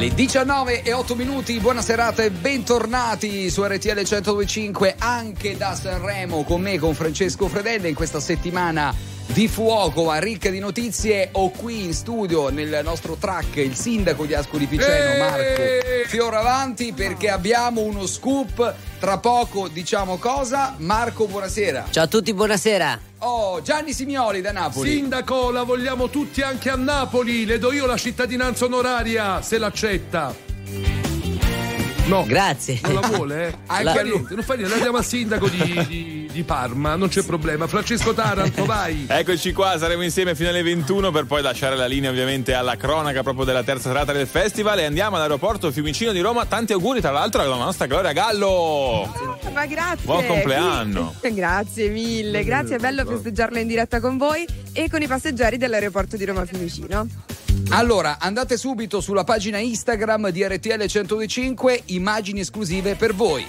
Le 19:08, buona serata e bentornati su RTL 102.5 anche da Sanremo con me, con Francesco Fredella, in questa settimana di fuoco ma ricca di notizie. Ho qui in studio nel nostro track il sindaco di Ascoli Piceno, Marco Fioravanti, perché abbiamo uno scoop. Tra poco diciamo cosa. Marco, buonasera. Ciao a tutti, buonasera. Oh, Gianni Simioli da Napoli. Sindaco, la vogliamo tutti anche a Napoli. Le do io la cittadinanza onoraria, se l'accetta. No, grazie. Non la vuole, Anche a lui. niente, non fa niente, andiamo al sindaco di Parma, non c'è problema. Francesco Taranto, vai. Eccoci qua, saremo insieme fino alle 21 per poi lasciare la linea ovviamente alla cronaca proprio della terza serata del festival e andiamo all'aeroporto Fiumicino di Roma. Tanti auguri tra l'altro alla nostra Gloria Gallo. Ma grazie. Buon compleanno. Grazie mille, grazie, è bello festeggiarla in diretta con voi e con i passeggeri dell'aeroporto di Roma Fiumicino. Allora, andate subito sulla pagina Instagram di RTL 102.5, immagini esclusive per voi.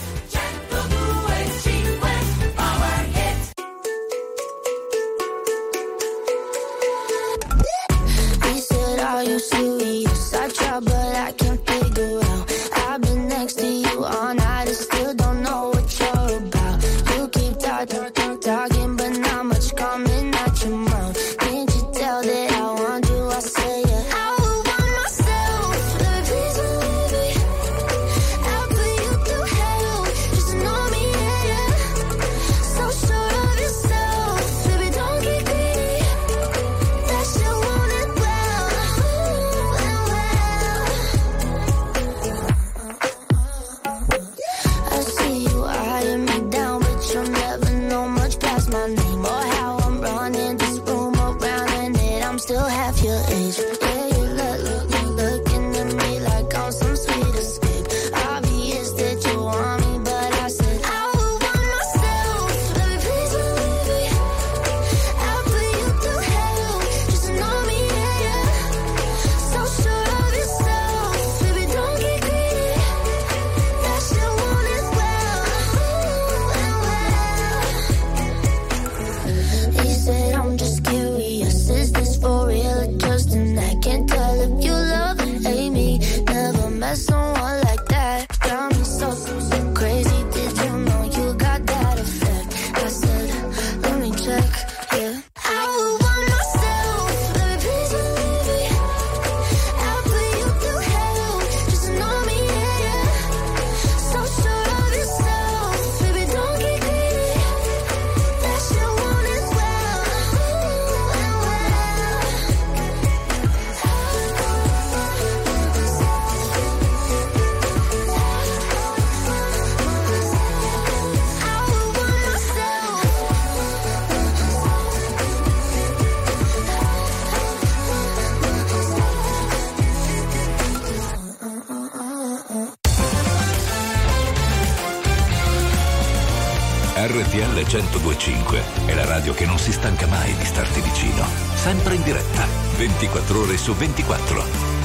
RTL 102.5 è la radio che non si stanca mai di starti vicino, sempre in diretta, 24 ore su 24.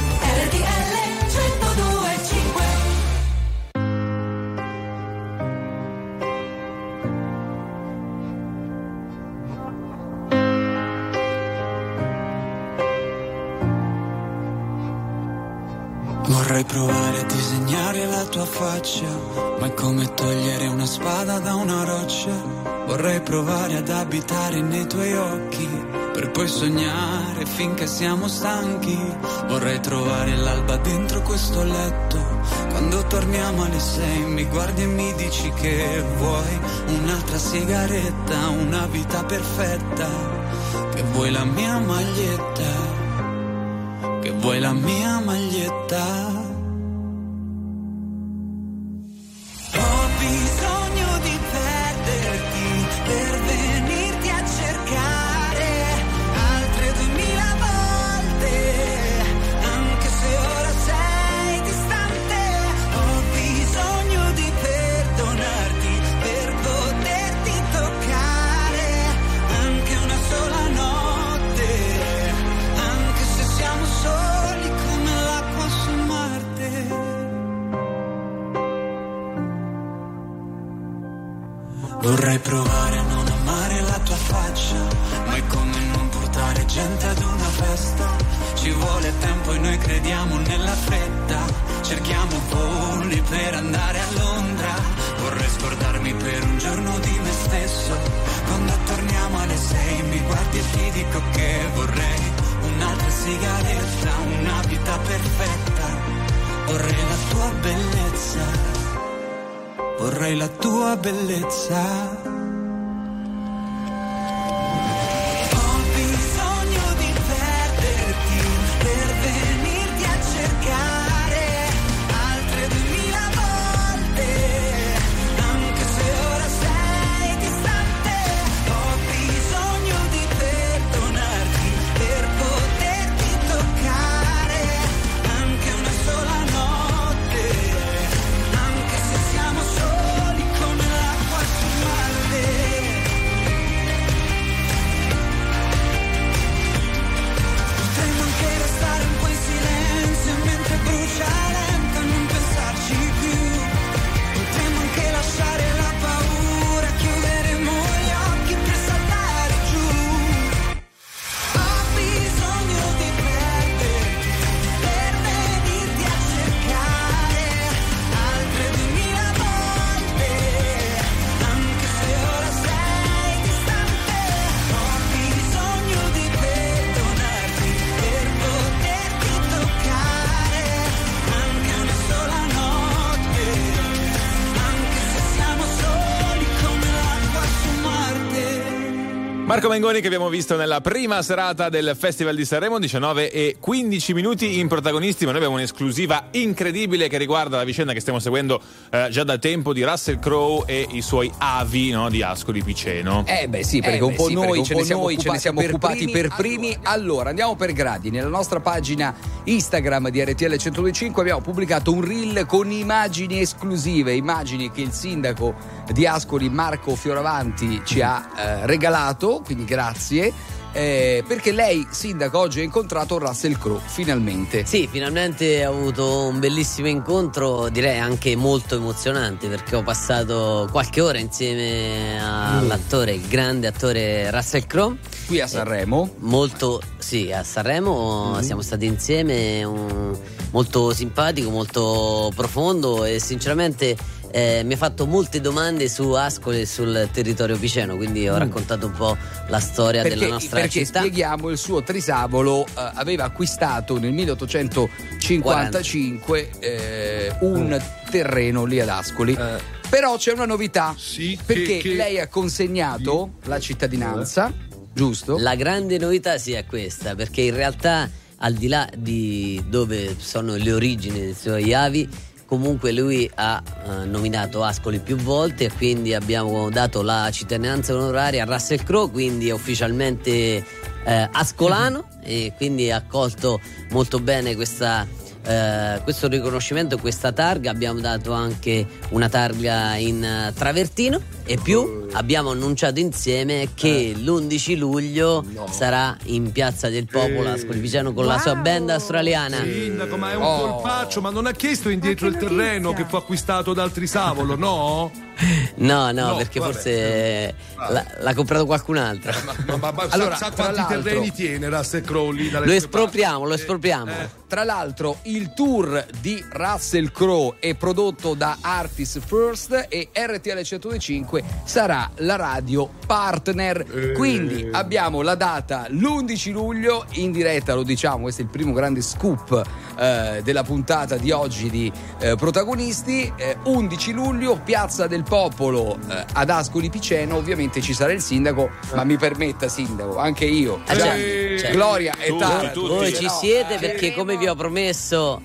RTL 102.5. Vorrei provare a disegnare la tua faccia, ma è come togliere una spada da una roccia. Vorrei provare ad abitare nei tuoi occhi, per poi sognare finché siamo stanchi. Vorrei trovare l'alba dentro questo letto, quando torniamo alle 6 mi guardi e mi dici che vuoi un'altra sigaretta, una vita perfetta, che vuoi la mia maglietta, che vuoi la mia maglietta. Vorrei provare a non amare la tua faccia, ma è come non portare portare gente ad una festa. Ci vuole tempo e noi crediamo nella fretta. Cerchiamo voli per andare a Londra. Vorrei scordarmi per un giorno di me stesso. Quando torniamo alle 6 mi guardi e ti dico che vorrei un'altra sigaretta, una vita perfetta. Vorrei la tua bellezza, vorrei la tua bellezza. Marco Mengoni, che abbiamo visto nella prima serata del Festival di Sanremo, 19:15 in protagonisti, ma noi abbiamo un'esclusiva incredibile che riguarda la vicenda che stiamo seguendo già da tempo di Russell Crowe e i suoi avi, no, di Ascoli Piceno. Sì, perché un po' noi ce ne siamo occupati per primi. Allora, andiamo per gradi. Nella nostra pagina Instagram di RTL 102.5 abbiamo pubblicato un reel con immagini esclusive, immagini che il sindaco di Ascoli, Marco Fioravanti, ci ha regalato, quindi grazie, perché lei, sindaco, oggi ha incontrato Russell Crowe, finalmente. Sì, finalmente ho avuto un bellissimo incontro, direi anche molto emozionante, perché ho passato qualche ora insieme all'attore, il grande attore Russell Crowe. Qui a Sanremo? Sì, a Sanremo siamo stati insieme, molto simpatico, molto profondo, e sinceramente mi ha fatto molte domande su Ascoli e sul territorio piceno, quindi ho raccontato un po' la storia della nostra città. Perché spieghiamo, il suo trisavolo aveva acquistato nel 1855 un terreno lì ad Ascoli. Però c'è una novità, perché lei ha consegnato la cittadinanza, giusto? La grande novità è questa, perché in realtà, al di là di dove sono le origini dei suoi avi, comunque lui ha nominato Ascoli più volte, e quindi abbiamo dato la cittadinanza onoraria a Russell Crowe, quindi è ufficialmente ascolano, e quindi ha accolto molto bene questo riconoscimento, questa targa. Abbiamo dato anche una targa in travertino, e più abbiamo annunciato insieme che l'11 luglio sarà in Piazza del Popolo Ascoli Piceno con la sua band australiana. Sindaco, ma è un colpaccio, ma non ha chiesto indietro il terreno che fu acquistato dal Trisavolo, no? No, perché forse l'ha comprato qualcun altro. Ma allora, sa quanti terreni tiene Russell Crowe lì dalle lo espropriamo. Tra l'altro, il tour di Russell Crowe è prodotto da Artist First, e RTL 102.5 sarà la radio partner. Quindi abbiamo la data l'11 luglio in diretta, lo diciamo, questo è il primo grande scoop della puntata di oggi di Protagonisti. 11 luglio, Piazza del Popolo ad Ascoli Piceno. Ovviamente ci sarà il sindaco, ma mi permetta, sindaco, anche io, certo. Gloria e Tara, voi ci siete, perché come vi ho promesso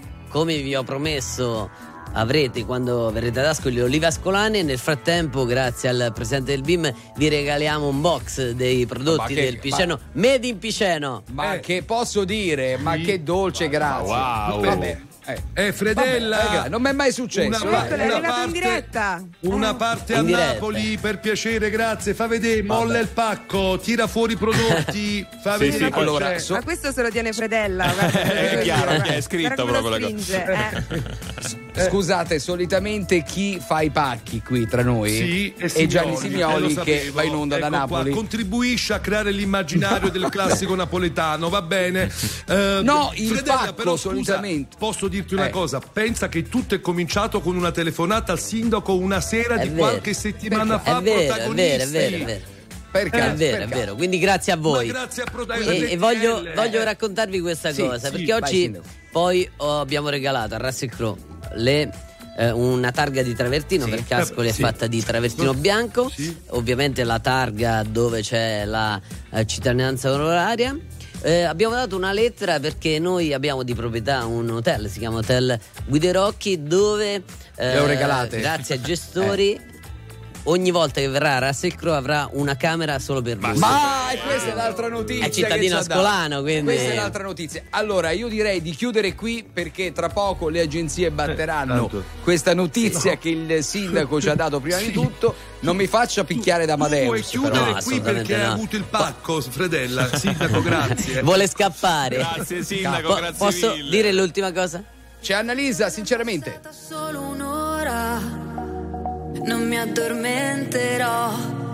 avrete, quando verrete ad Ascoli, le olive ascolane. Nel frattempo, grazie al presidente del BIM, vi regaliamo un box dei prodotti del Piceno, made in Piceno. Ma che posso dire? Ma che dolce, grazie. Wow. Vabbè. Fredella, vabbè, non mi è mai successo. Una parte in a diretta. Napoli, per piacere, grazie. Fa vedere, molla il pacco, tira fuori i prodotti, fa vedere. Allora, Ma questo se lo tiene Fredella. È chiaro, è scritto Guarda come proprio lo la stringe, Scusate, solitamente chi fa i pacchi qui tra noi? Sì, è Gianni Simioli che va in onda da Napoli. Qua, contribuisce a creare l'immaginario del classico napoletano, va bene? No, il Fredella, pacco però, scusa, solitamente. posso dirti una cosa? Pensa che tutto è cominciato con una telefonata al sindaco una sera di qualche settimana fa. È vero, protagonisti. è vero. Per caso, è vero, quindi grazie a voi. Ma grazie a protagonisti. E voglio raccontarvi questa cosa, perché oggi poi abbiamo regalato a Russell Crowe una targa di travertino, perché Ascoli è fatta di travertino bianco, ovviamente la targa dove c'è la cittadinanza onoraria. Abbiamo dato una lettera perché noi abbiamo di proprietà un hotel, si chiama Hotel Guiderocchi, dove lo regalate grazie ai gestori ogni volta che verrà Russell Crowe avrà una camera solo per lui. Ma questa è l'altra notizia. È cittadino ascolano, quindi. Questa è l'altra notizia. Allora, io direi di chiudere qui perché tra poco le agenzie batteranno questa notizia che il sindaco ci ha dato prima di tutto. Non mi faccia picchiare da Amadeus. Vuoi chiudere però, qui perché hai avuto il pacco, Fredella? Sindaco, grazie. Vuole scappare. Grazie sindaco, grazie Posso mille. dire l'ultima cosa? C'è Annalisa, sinceramente. Solo un'ora, non mi addormenterò.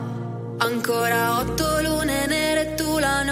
Ancora 8 lune nere e tu la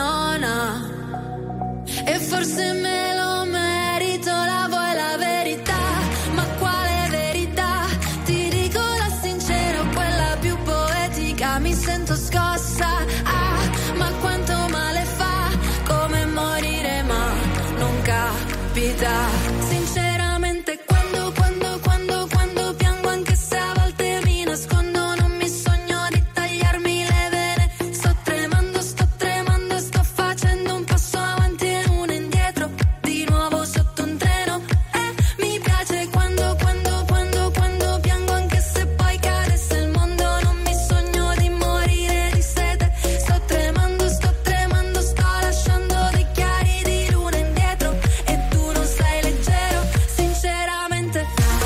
nona. E forse me lo merito, la vuoi la verità? Ma quale verità? Ti dico la sincera, quella più poetica. Mi sento scossa, ma quanto male fa. Come morire ma non capita. Sinceramente quando piango, anche se a volte mi nascondo, non mi sogno di tagliarmi le vene. Sto tremando, sto facendo un passo avanti e uno indietro, di nuovo sotto un treno. Mi piace quando piango, anche se poi cadesse il mondo, non mi sogno di morire di sete. Sto tremando, sto lasciando dei chiari di luna indietro e tu non sei leggero. Sinceramente,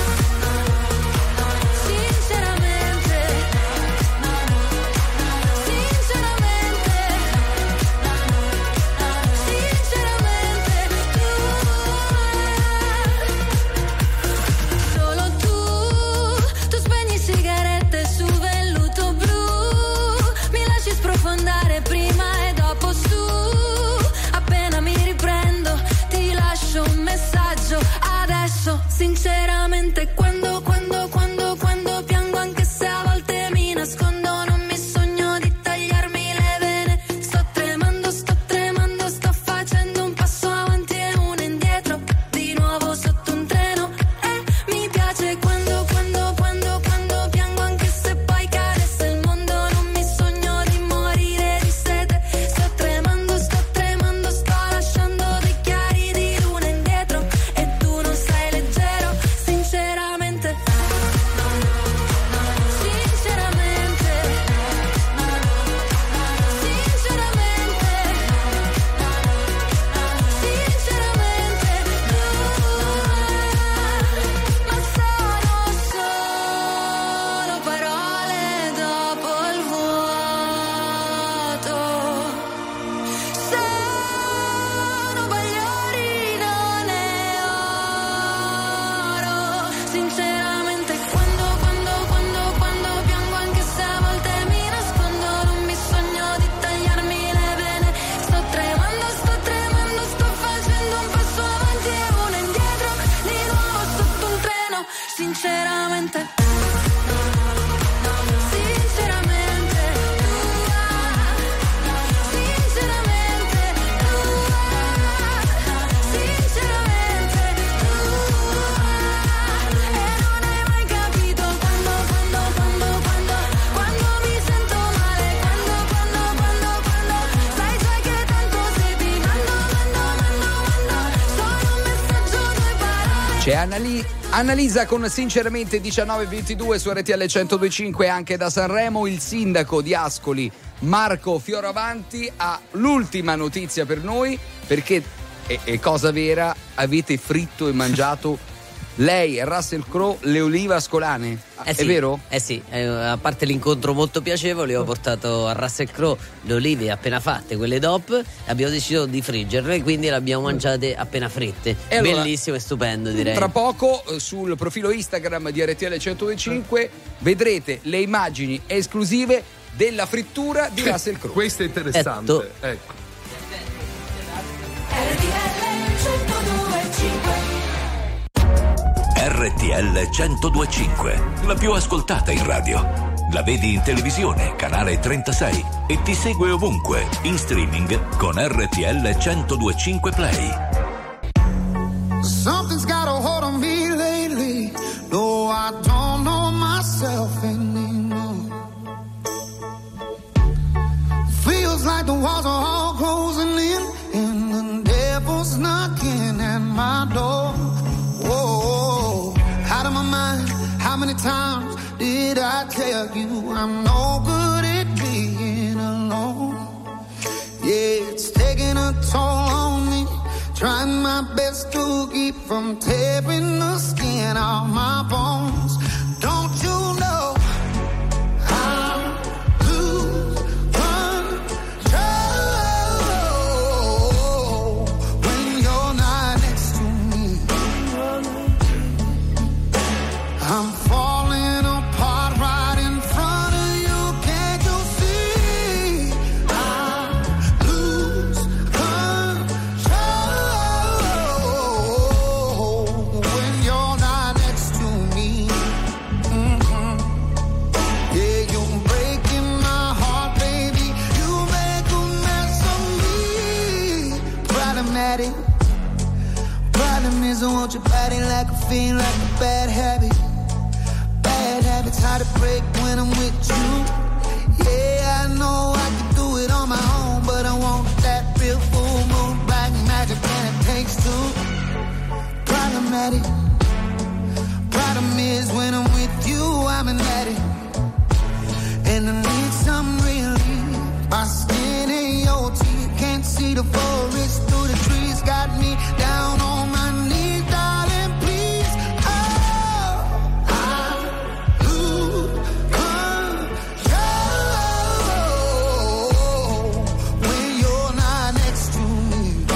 solo tu spegni sigarette su velluto blu, mi lasci sprofondare prima e dopo su. Appena mi riprendo ti lascio un messaggio adesso. Sinceramente quando piango, anche se a volte mi nascondo, non mi sogno di tagliarmi le vene. Sto tremando, sto facendo un passo avanti e uno indietro, di nuovo sotto un treno. Mi piace quando piango, anche se poi cadesse il mondo, non mi sogno di morire di sete. Sto tremando, sto lasciando dei chiari di luna indietro e tu non sei leggero. Sinceramente, ma sono solo parole dopo il vuoto. Sono bagliori, non è oro. Sinceramente quando piango, anche se a volte mi nascondo, non mi sogno di tagliarmi le vene. Sto tremando, sto facendo un passo avanti e uno indietro, di nuovo sotto un treno. Sinceramente, e non hai mai capito quando mi sento male, quando sai che tanto sei ti mando solo un messaggio, 2 parole. C'è Annalisa con sinceramente 19:22 su RTL 102.5 anche da Sanremo. Il sindaco di Ascoli Marco Fioravanti ha l'ultima notizia per noi, perché è cosa vera, avete fritto e mangiato lei, Russell Crowe, le olive ascolane. Sì, è vero? Sì, a parte l'incontro molto piacevole, ho portato a Russell Crowe le olive appena fatte, quelle DOP, e abbiamo deciso di friggerle, quindi le abbiamo mangiate appena fritte. E allora, bellissimo e stupendo, direi. Tra poco sul profilo Instagram di RTL 102.5 vedrete le immagini esclusive della frittura di Russell Crowe. Questo è interessante. Ecco. RTL 102.5, la più ascoltata in radio. La vedi in televisione, canale 36, e ti segue ovunque, in streaming con RTL 102.5 Play. Something's got a hold on me lately. No, I don't know myself anymore. Feels like the walls are all closing in, and the devil's knocking at my door. Whoa, out of my mind. How many times did I tell you I'm no good at being alone? Yeah, it's taking a toll on me. Trying my best to keep from tearing the skin off my bones. Don't you know I lose control when you're not next to me? I'm falling apart right in front of you. Can't you see? I lose control when you're not next to me. Yeah, you're breaking my heart, baby. You make a mess of me. Problematic. Problem is I want your body like a fiend, like a bad habit. Bad habits hard to break when I'm with you. Yeah, I know I can do it on my own, but I want that real full moon black magic, and it takes two. Problematic. Problem is when I'm with you, I'm an addict, and I need some relief. My skin ain't your teeth, can't see the forest through the trees. Got me down on my knees, darling, please. Oh, I lose control when you're not next to me.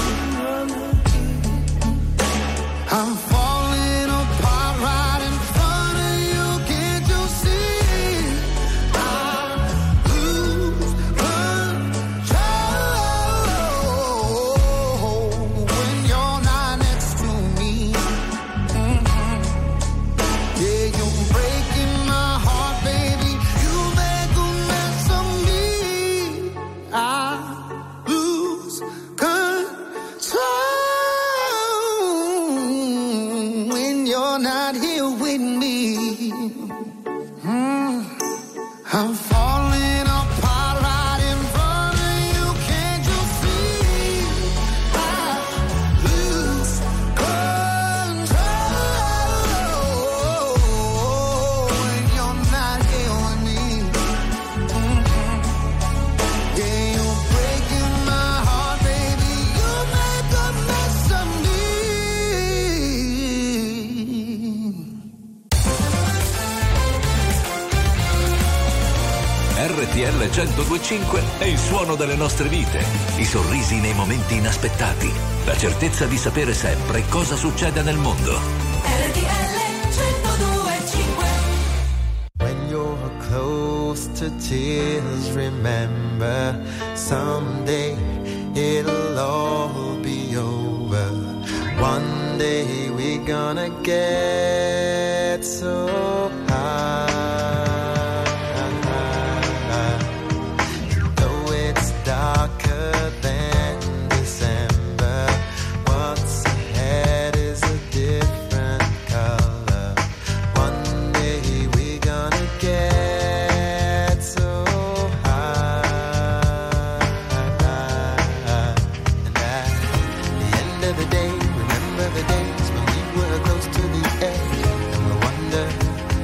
I'm falling apart right in front of you. Can't you see? I lose control when you're not next to me. Yeah, you're breaking my heart, baby. You make a mess of me. I lose control when you're not here with me. I'm falling apart right in front of you. Can't you see? I lose control when you're not here with me. Yeah, you're breaking my heart, baby. You make a mess of me. RTL 102.5 è il suono delle nostre vite, i sorrisi nei momenti inaspettati, la certezza di sapere sempre cosa succede nel mondo. RTL 102.5. When you're close to tears, remember someday it'll all be over. One day we're gonna get so high. Though it's darker than December, what's ahead is a different color. One day we're gonna get so high. And at the end of the day, remember the days when we were close to the edge, and we wonder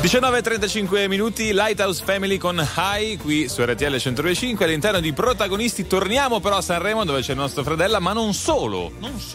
19:35 minuti, Lighthouse Family con High qui su RTL 102.5. All'interno di Protagonisti torniamo però a Sanremo, dove c'è il nostro Fredella, ma non solo.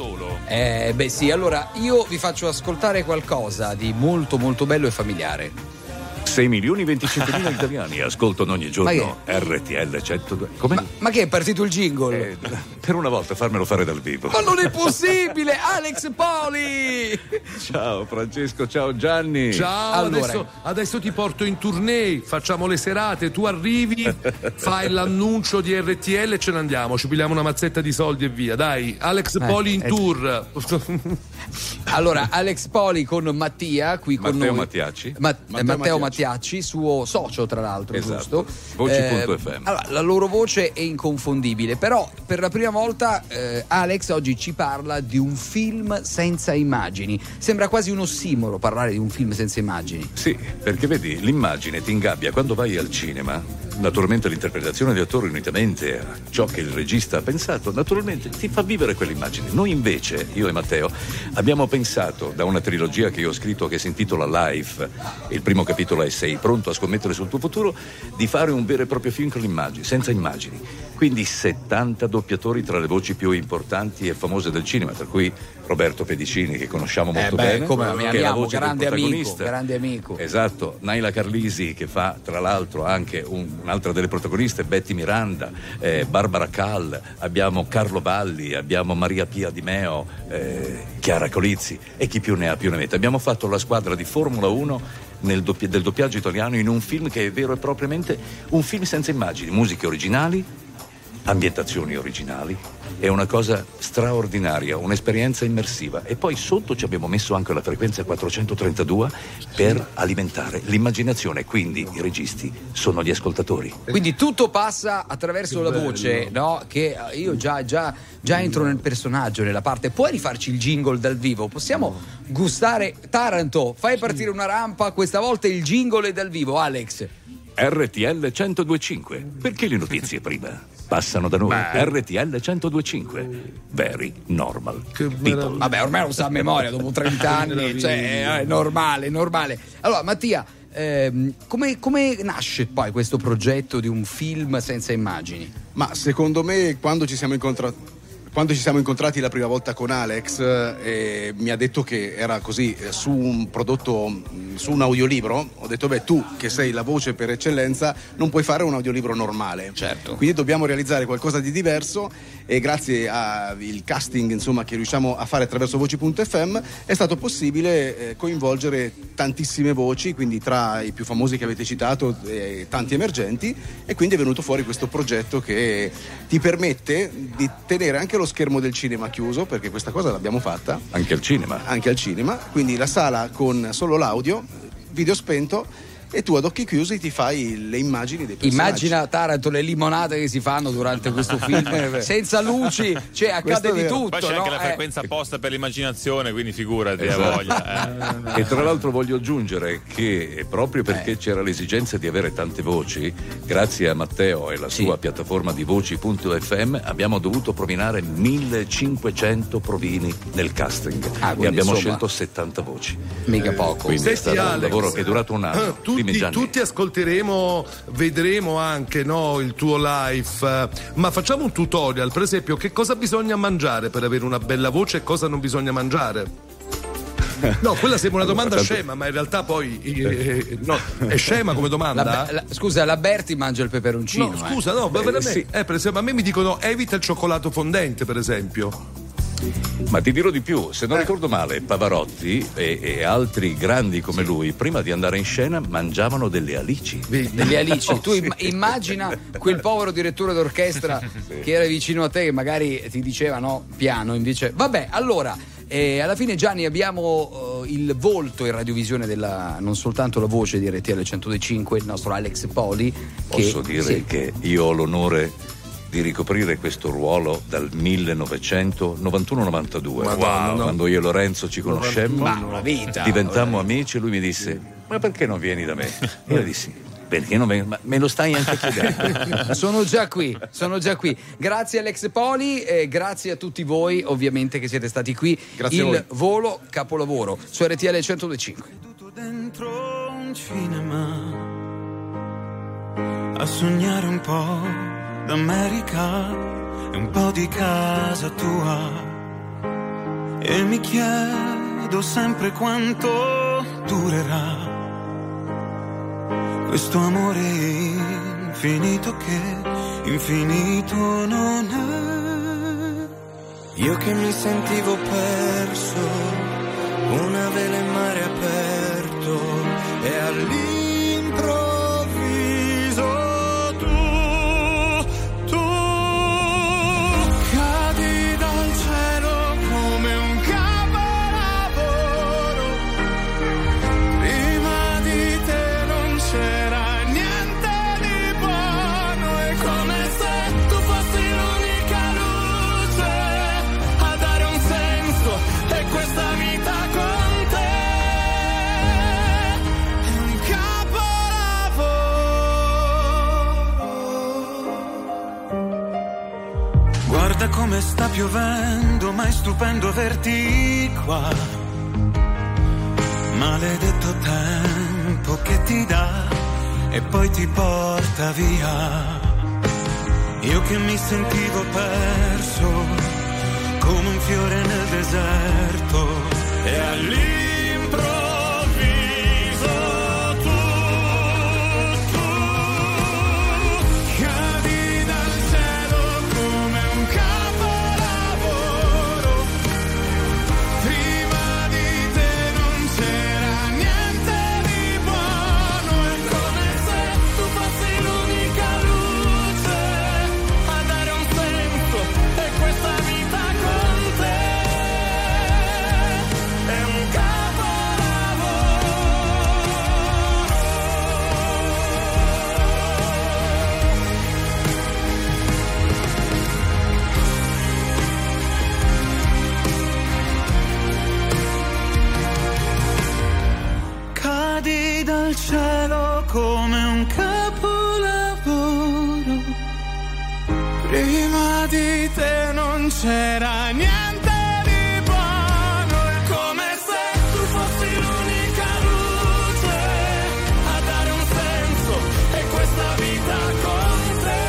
Beh sì, allora io vi faccio ascoltare qualcosa di molto molto bello e familiare. 6.025.000 italiani ascoltano ogni giorno RTL 102. Come? Ma che è partito il jingle? Per una volta farmelo fare dal vivo. Ma non è possibile! Alex Poli! Ciao Francesco, ciao Gianni. Ciao, Allora, adesso ti porto in tournée, facciamo le serate, tu arrivi, fai l'annuncio di RTL e ce ne andiamo, ci pigliamo una mazzetta di soldi e via. Dai, Alex Poli in tour. Allora, Alex Poli con Mattia qui con Matteo noi. Mattiacci. Matteo Mattiacci, suo socio tra l'altro, esatto. giusto? Voci.fm. Allora, la loro voce è inconfondibile, però per la prima volta Alex oggi ci parla di un film senza immagini. Sembra quasi un ossimoro parlare di un film senza immagini. Sì, perché vedi, l'immagine ti ingabbia quando vai al cinema. Naturalmente l'interpretazione di attori unitamente a ciò che il regista ha pensato, naturalmente ti fa vivere quell'immagine. Noi invece, io e Matteo, abbiamo pensato da una trilogia che io ho scritto che si intitola Life, il primo capitolo è Sei pronto a scommettere sul tuo futuro, di fare un vero e proprio film con l'immagine, senza immagini. Quindi 70 doppiatori tra le voci più importanti e famose del cinema, tra cui Roberto Pedicini, che conosciamo molto bene, che è la voce del protagonista. Grande amico. Esatto, Naila Carlisi, che fa tra l'altro anche un'altra delle protagoniste, Betty Miranda, Barbara Kall, abbiamo Carlo Valli, abbiamo Maria Pia Di Meo, Chiara Colizzi e chi più ne ha più ne mette. Abbiamo fatto la squadra di Formula 1 del doppiaggio italiano in un film che è vero e propriamente un film senza immagini, musiche originali, ambientazioni originali, è una cosa straordinaria, un'esperienza immersiva. E poi sotto ci abbiamo messo anche la frequenza 432 per alimentare l'immaginazione, quindi i registi sono gli ascoltatori. Quindi tutto passa attraverso la voce, no? Che io già entro nel personaggio, nella parte. Puoi rifarci il jingle dal vivo? Possiamo gustare? Taranto, fai partire una rampa, questa volta il jingle è dal vivo, Alex. RTL 102.5, perché le notizie prima passano da noi. RTL 102.5, very normal people. Vabbè, ormai lo sa a memoria dopo 30 anni, cioè è normale. Allora, Mattia, come nasce poi questo progetto di un film senza immagini? Ma secondo me quando ci siamo incontrati la prima volta con Alex, mi ha detto che era così su un prodotto, su un audiolibro. Ho detto tu che sei la voce per eccellenza non puoi fare un audiolibro normale, certo, quindi dobbiamo realizzare qualcosa di diverso, e grazie al casting insomma che riusciamo a fare attraverso Voci.fm è stato possibile coinvolgere tantissime voci, quindi tra i più famosi che avete citato tanti emergenti, e quindi è venuto fuori questo progetto che ti permette di tenere anche lo schermo del cinema chiuso, perché questa cosa l'abbiamo fatta anche al cinema, quindi la sala con solo l'audio, video spento, e tu ad occhi chiusi ti fai le immagini dei personaggi. Immagina, Taranto, le limonate che si fanno durante questo film senza luci, cioè accade di tutto. Poi c'è anche la frequenza apposta per l'immaginazione, quindi figurati, voglia. E tra l'altro voglio aggiungere che proprio perché c'era l'esigenza di avere tante voci, grazie a Matteo e la sua piattaforma di Voci.fm abbiamo dovuto provinare 1500 provini nel casting e abbiamo scelto 70 voci. Mica poco. Quindi è stato un lavoro che è durato un anno. Tutti ascolteremo, vedremo anche il tuo live, ma facciamo un tutorial, per esempio, che cosa bisogna mangiare per avere una bella voce e cosa non bisogna mangiare. No, quella sembra una domanda scema, ma in realtà poi è scema come domanda. Scusa, la Berti mangia il peperoncino. No, scusa, veramente. Per esempio, a me mi dicono evita il cioccolato fondente, per esempio. Ma ti dirò di più, se non ricordo male, Pavarotti e altri grandi come lui, prima di andare in scena, mangiavano delle alici. Delle alici. Tu immagina quel povero direttore d'orchestra che era vicino a te, che magari ti diceva piano, invece. Vabbè, allora. Alla fine, Gianni, abbiamo il volto in radiovisione non soltanto la voce di RTL 102.5, il nostro Alex Poli. Posso dire che io ho l'onore di ricoprire questo ruolo dal 1991-92, quando io e Lorenzo ci conoscemmo, diventammo amici e lui mi disse: ma perché non vieni da me? E io dissi: perché non vengo? Ma me lo stai anche chiedendo. Sono già qui. Grazie Alex Poli e grazie a tutti voi ovviamente che siete stati qui. Grazie a voi. Volo capolavoro su RTL 102.5. dentro un cinema a sognare un po' d'America e un po' di casa tua, e mi chiedo sempre quanto durerà questo amore infinito che infinito non è. Io che mi sentivo perso, una vela in mare aperto, e all'improvviso tu cadi dal cielo come un capolavoro. Prima di te non c'era niente di buono, è come se tu fossi l'unica luce a dare un senso e questa vita con te è un capolavoro. Guarda come sta piovendo, ma è stupendo averti qua. Maledetto tempo che ti dà e poi ti porta via. Io che mi sentivo perso come un fiore nel deserto, e all'improvviso tu cadi dal cielo come un capolavoro. Prima di te non c'era niente di buono, è come se tu fossi l'unica luce a dare un senso e questa vita con te è un capolavoro. Cadi dal cielo come un capolavoro. Prima di te non c'era niente di buono, è come se tu fossi l'unica luce a dare un senso e questa vita con te.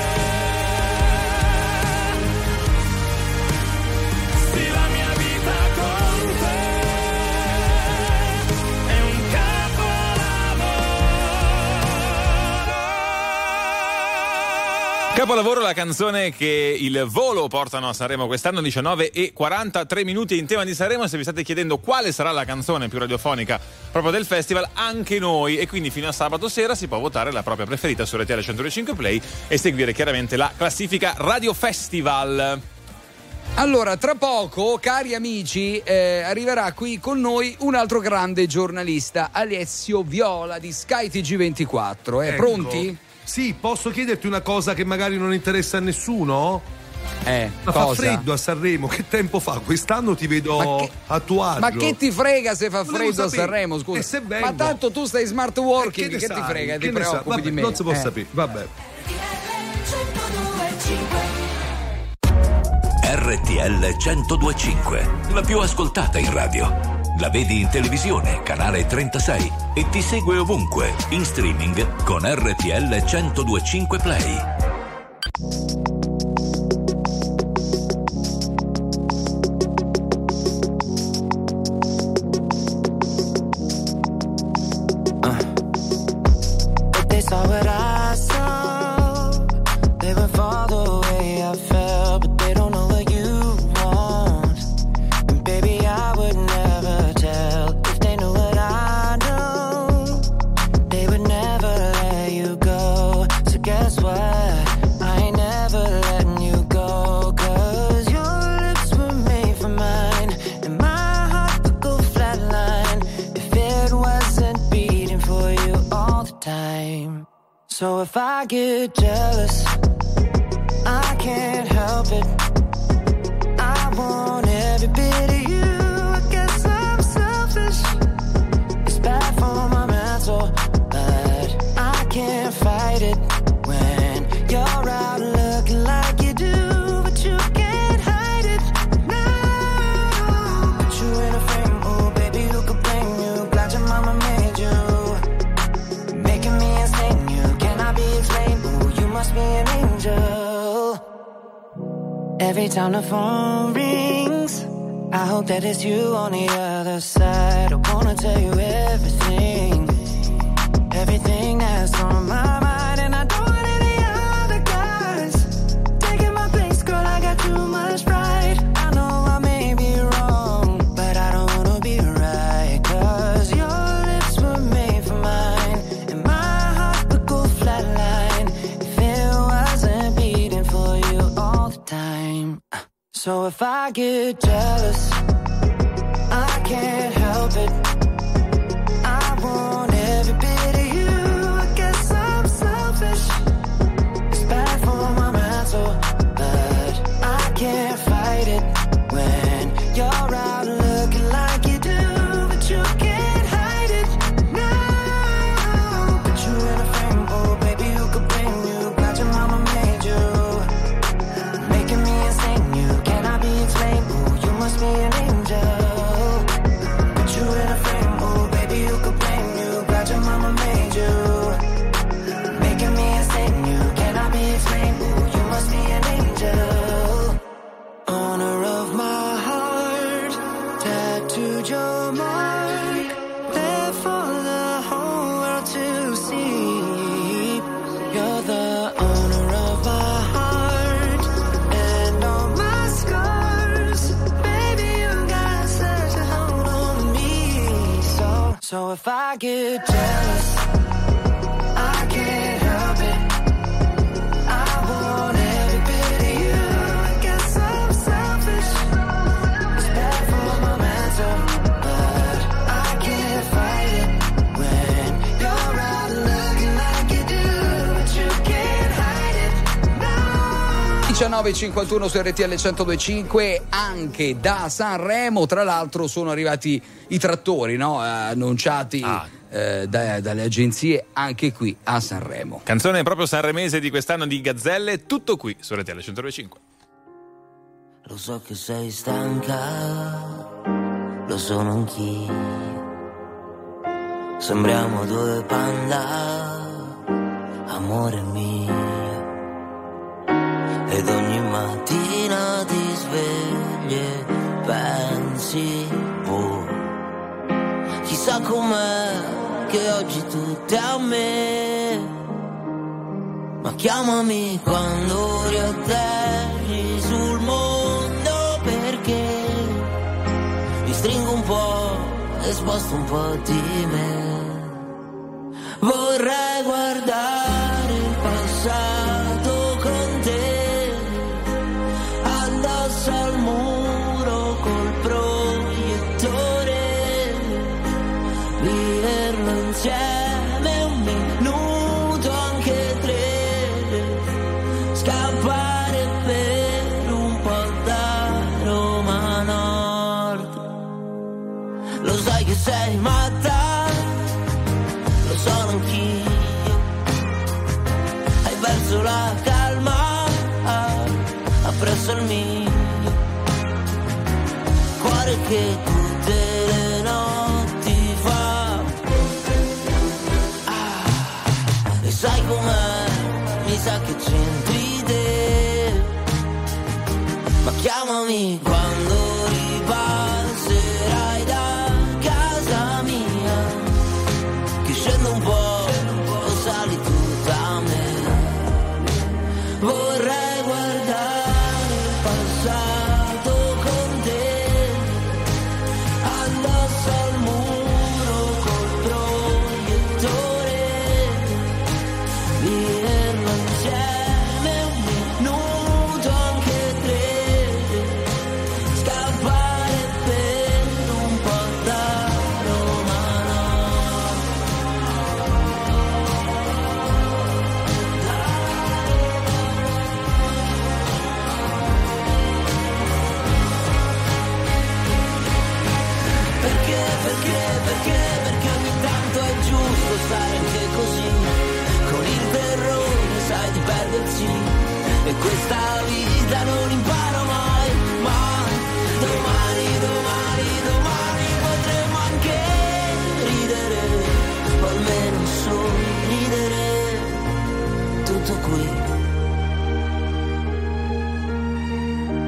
Sì, la mia vita con te è un Capolavoro, la canzone che il Volo portano a Sanremo quest'anno, 19:43 in tema di Sanremo. Se vi state chiedendo quale sarà la canzone più radiofonica proprio del festival, anche noi, e quindi fino a sabato sera si può votare la propria preferita su RTL 105 Play e seguire chiaramente la classifica Radio Festival. Allora, tra poco, cari amici, arriverà qui con noi un altro grande giornalista, Alessio Viola di Sky TG24. Ecco. Pronti? Sì, posso chiederti una cosa che magari non interessa a nessuno? Ma cosa? fa freddo a Sanremo, che tempo fa? Quest'anno ti vedo a tuo agio. Ma che ti frega se fa Volevo freddo a sapere. Sanremo, scusa? E se vengo? Ma tanto tu stai smart working, che ti frega? Ti preoccupi Vabbè, di me? non si può sapere, vabbè. RTL 1025, la più ascoltata in radio. La vedi in televisione, canale 36, e ti segue ovunque, in streaming con RTL 1025 Play. They saw what I saw. They would fall the way I felt, but they don't know what you want. And baby, I would never tell if they knew what I know. They would never let you go. So guess what? I ain't never letting you go. 'Cause your lips were made for mine, and my heart would go flatline if it wasn't beating for you all the time. So if I get jealous, I can't help it. I want every bit of you. I guess I'm selfish. It's bad for my mental, but I can't fight it when you're out looking like you do, but you can't hide it. No, put you in a frame, oh baby, who could blame you? Glad your mama made you. Every time the phone rings, I hope that it's you on the other side. I wanna tell you everything, everything that's on my mind. And I don't want any other guys taking my place, girl, I got too much pride. I know I may be wrong, but I don't wanna be right. Cause your lips were made for mine, and my heart would go flatline if it wasn't beating for you all the time. So if I get jealous, I can't help it. I want every bit of you. I guess I'm selfish. It's bad for my mental, but I can't fight it when you're out looking like you do, but you can't hide it now. Put you in a frame, oh baby, who could blame you? Glad your mama made you, making me insane. You cannot be explained. Oh, you must be an angel. Put you in a frame, oh baby, who could blame you? Glad your mama made you, making me insane. You cannot be explained. Oh, you must be an angel. Honor of my heart, tattooed your mark, there for the whole world to see. You're the owner of my heart and all my scars. Baby, you got such a hold on me. So if I get jealous, I can't help it. I want every bit of you. I guess I'm selfish. It's bad for my mental, but I can't fight it when you're out looking like you do, but you can't hide it now. 19:51 su RTL 102.5, anche da Sanremo. Tra l'altro sono arrivati i trattori, no? Annunciati dalle agenzie anche qui a Sanremo. Canzone proprio sanremese di quest'anno di Gazzelle, tutto qui su RTL 102.5. Lo so che sei stanca, lo sono anch'io. Sembriamo due panda, amore mio. Ed ogni mattina ti svegli e pensi, oh, chissà com'è che oggi tutto è a me. Ma chiamami quando riatterri sul mondo, perché mi stringo un po' e sposto un po' di me. Vorrei guardare il passato con te, addosso al muro col proiettore, viverlo insieme un minuto, anche tre, scappare per un po' da Roma Nord. Lo sai che sei matta, lo sono anch'io, hai perso la calma appresso al mio cuore che tutte le notti fa. E sai com'è, mi sa che c'entri te, ma chiamami quando ripasserai da casa mia, che scendo un po', o sali tu da me. Vorrei guardare il passato con te, addosso al muro col proiettore, viverlo insieme un minuto, anche tre, scappare per un po' da Roma Nord. Perché ogni tanto è giusto stare anche così, con il terrore sai di perdersi, e questa vita non imparo mai, mai. Domani potremo anche ridere, o almeno sorridere, tutto qui.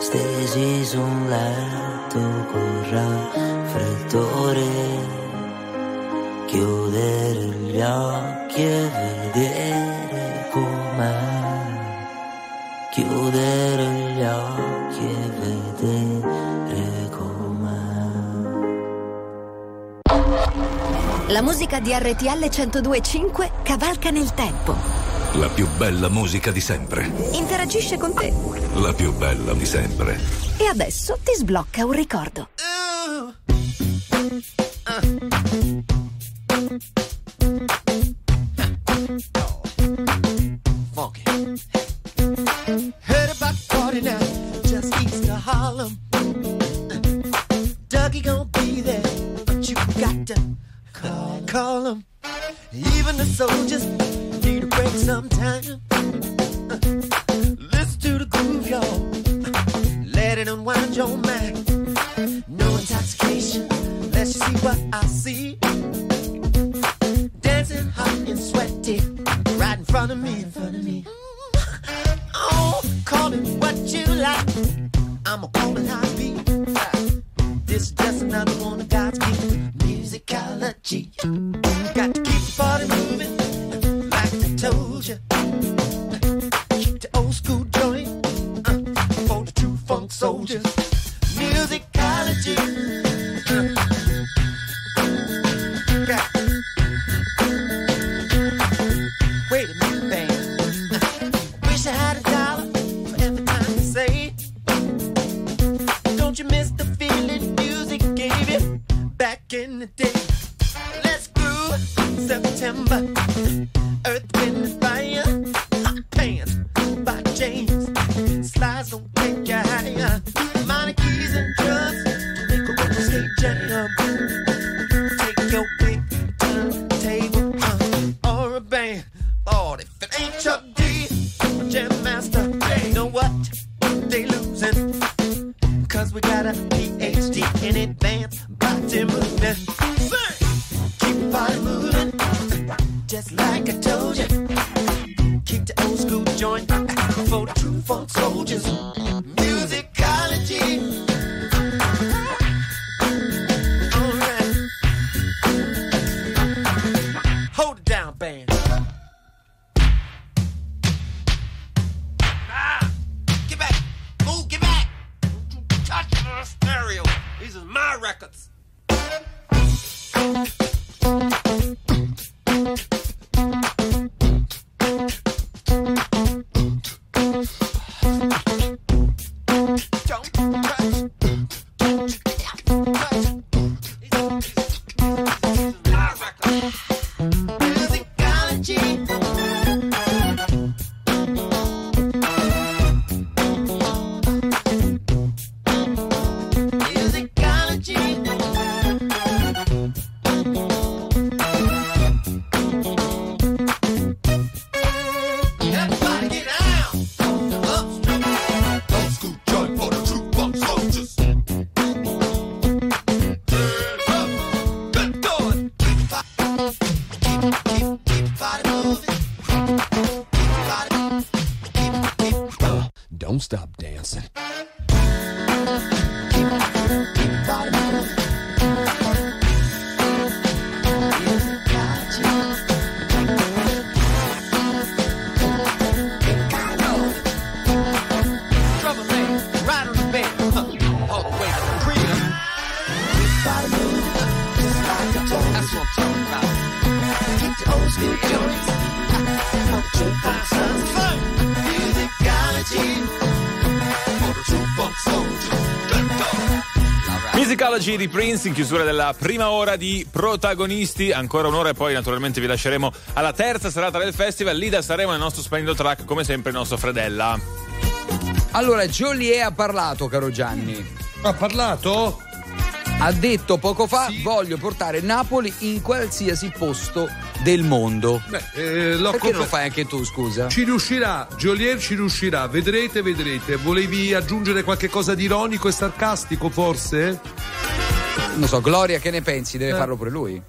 stesi su un letto con raffreddore, chiudere gli occhi e vedere com'è, chiudere gli occhi e vedere com'è. La musica di RTL 102.5 cavalca nel tempo. La più bella musica di sempre. Interagisce con te. La più bella di sempre. E adesso ti sblocca un ricordo. Funky. Heard about 49 just east of Harlem. Dougie gon' be there, but you got to call him. Even the soldiers need a break sometime. Listen to the groove, y'all. Let it unwind your mind. No intoxication, let's see what I see. Dancing hot and sweaty, right in front of me, Oh, call it what you like. I'ma call it how it be. This is just another one of God's gift, musicology. Got to keep the party moving, like I told you. Keep the old school joint for the true funk soldiers. Musicology. Wait a minute, band. Wish I had $1 for every time you say. Don't you miss the feeling music gave you back in the day? Let's groove September. Earth, Wind and Fire. Hot Pants by James. Slides don't take you higher. Minor keys and drugs make a roll state jam. Take your pick, turntable or a band. Lord, if it ain't Chuck D, Jam Master, they know what they losing. Cause we got a PhD in advanced body movement. Keep the body moving, just like I told you. Keep the old school joint for the true funk soldiers. Musicology. Alright. Hold it down, band. Get back. Move, get back. Don't you touch the stereo. These are my records. Don't stop dancing. Musicology di Prince in chiusura della prima ora di Protagonisti, ancora un'ora e poi naturalmente vi lasceremo alla terza serata del festival. Lì da saremo nel nostro splendido track, come sempre il nostro Fredella. Allora, Joliet ha parlato, caro Gianni. Ha parlato? Ha detto poco fa, sì, voglio portare Napoli in qualsiasi posto del mondo. Perché non lo fai anche tu, scusa? Ci riuscirà, Joliet ci riuscirà, vedrete. Volevi aggiungere qualche cosa di ironico e sarcastico, forse? Non so, Gloria, che ne pensi? Deve farlo pure lui.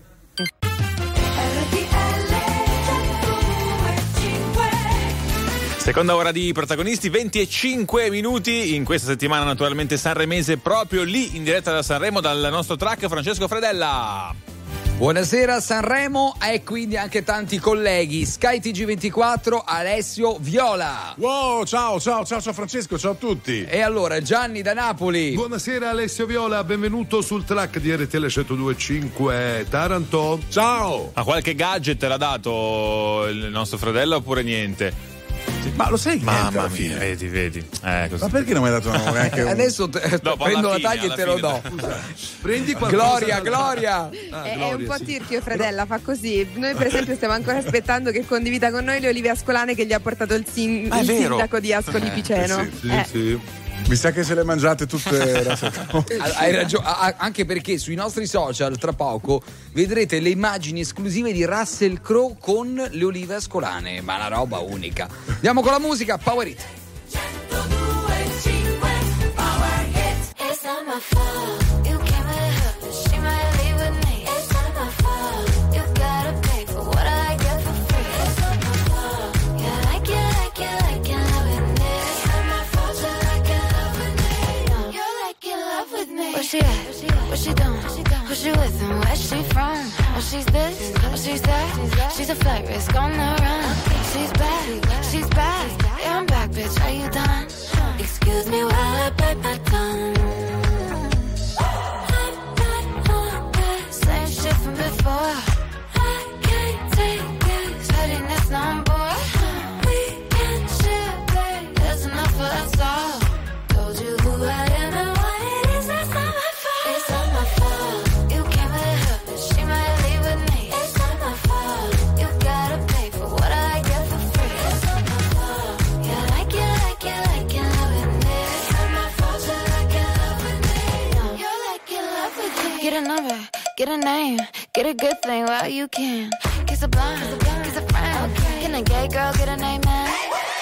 Seconda ora di Protagonisti, 25 minuti in questa settimana naturalmente sanremese, proprio lì in diretta da Sanremo dal nostro track Francesco Fredella. Buonasera Sanremo e quindi anche tanti colleghi. Sky TG24, Alessio Viola. Wow, ciao Francesco, ciao a tutti. E allora Gianni da Napoli. Buonasera Alessio Viola, benvenuto sul track di RTL 102.5 Taranto. Ciao. Ma qualche gadget l'ha dato il nostro Fredella oppure niente? Ma lo sai che mamma mia, vedi. Così. Ma perché non mi hai dato neanche un... Adesso prendo la taglia e te lo do. Prendi qualcosa. Gloria. È un po' tirchio, Fredella, fa così. Noi per esempio stiamo ancora aspettando che condivida con noi le olive ascolane che gli ha portato il sindaco di Ascoli Piceno. Sì. Mi sa che se le mangiate tutte. Hai ragione, anche perché sui nostri social tra poco vedrete le immagini esclusive di Russell Crowe con le olive ascolane, ma una roba unica. Andiamo con la musica, Power It. 102.5 Power Hit. It's not my fault. You came with her, but she might leave with me. It's not my fault. You gotta pay for what I get for free. It's not my fault. Yeah, like it love with me. It's not my fault. You like it love with me. You're like in love with me. Where she at? What she doing? Who she with and where she from? Oh, she's this, oh, she's that. She's a flight risk on the run. She's back, yeah, I'm back, bitch, are you done? Excuse me while I bite my tongue. Same shit from before. I can't take this, hurting this number. We can share, babe, there's enough for us all. Told you who I am and what it is, that's not my fault. It's not my fault. You came with her, but she might leave with me. It's not my fault. You gotta pay for what I get for free. It's not my fault. Yeah, like it love with me. It's not my fault. You like it love with me. You're like in love with me. Get a number, get a name, get a good thing while you can. Kiss a blind, kiss a friend. Can a gay girl get an amen?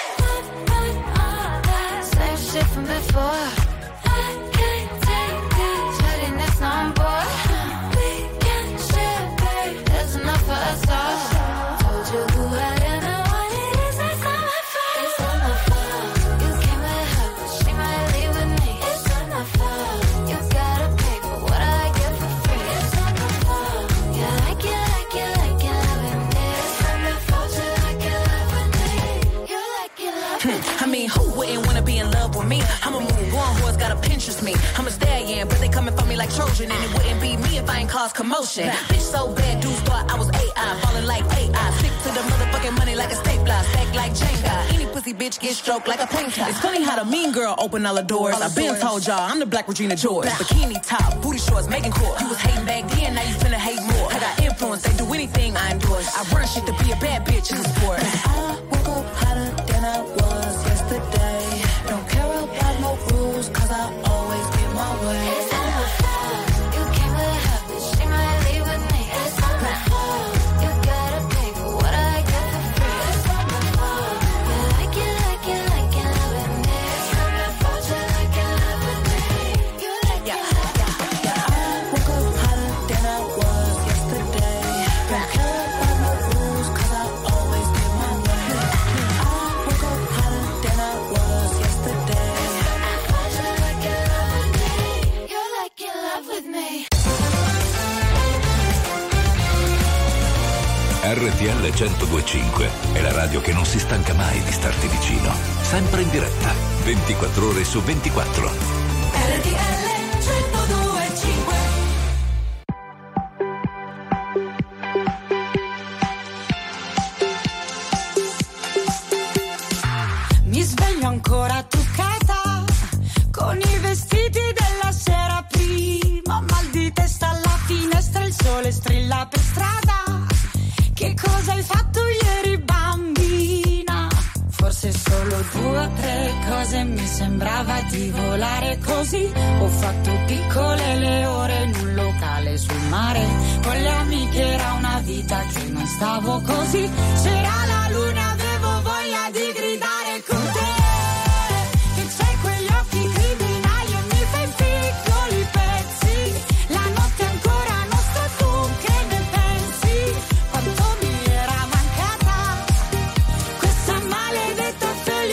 Same shit from before. I can't take this, hurting this number. We can share, babe, there's enough for us all. Told you who I am and what it is, that's not my fault. It's not my fault. You came with her, but she might leave with me. It's not my fault. You gotta pay for what I get for free. It's not my fault. Yeah, like it love with me. It's not my fault. You like it love with me. You like it love with me. I mean, who wouldn't wanna be in love with me? I'ma move on, who's gotta Pinterest me? I'm a stallion, but they coming for me like Trojan, and it wouldn't be me if I ain't caused commotion. Bitch so bad, dudes thought I was AI, falling like AI. Stick to the motherfucking money like a stapler, stack like Jenga. Any pussy bitch get stroked like a painter. It's funny how the mean girl open all the doors. I've been told y'all I'm the Black Regina George. Bikini top, booty shorts, making court. You was hating back then, now you finna hate more. I got influence, they do anything I endorse. I run shit to be a bad bitch in the sport. I woke up hotter than I was yesterday. Don't care about no rules, cause I always get my way. It's not my fault. You came with her, but she might leave with me. It's not my fault. You gotta pay for what I get for free. It's not my fault. Yeah, like it love with me. It's not my fault. You like it love with me. You like it love with me. I woke up hotter than I was yesterday. Don't care about no rules, cause I always get my way. I woke up hotter than I was yesterday. You like it love with me. You like it love with me. RTL 102.5 è la radio che non si stanca mai di starti vicino. Sempre in diretta, 24 ore su 24. RTL 102.5. Mi sveglio ancora truccata con i vestiti della sera prima, mal di testa alla finestra, il sole strilla per strada. Che cosa hai fatto ieri, bambina? Forse solo 2 o 3 cose, mi sembrava di volare così. Ho fatto piccole le ore in un locale sul mare, con le amiche era una vita che non stavo così. C'era la luna, avevo voglia di gridare con te. Che c'hai quegli occhi criminali e mi fai piccoli pezzi. La notte è ancora nostra, tu che ne pensi? Quanto mi era mancata questa maledetta felicità.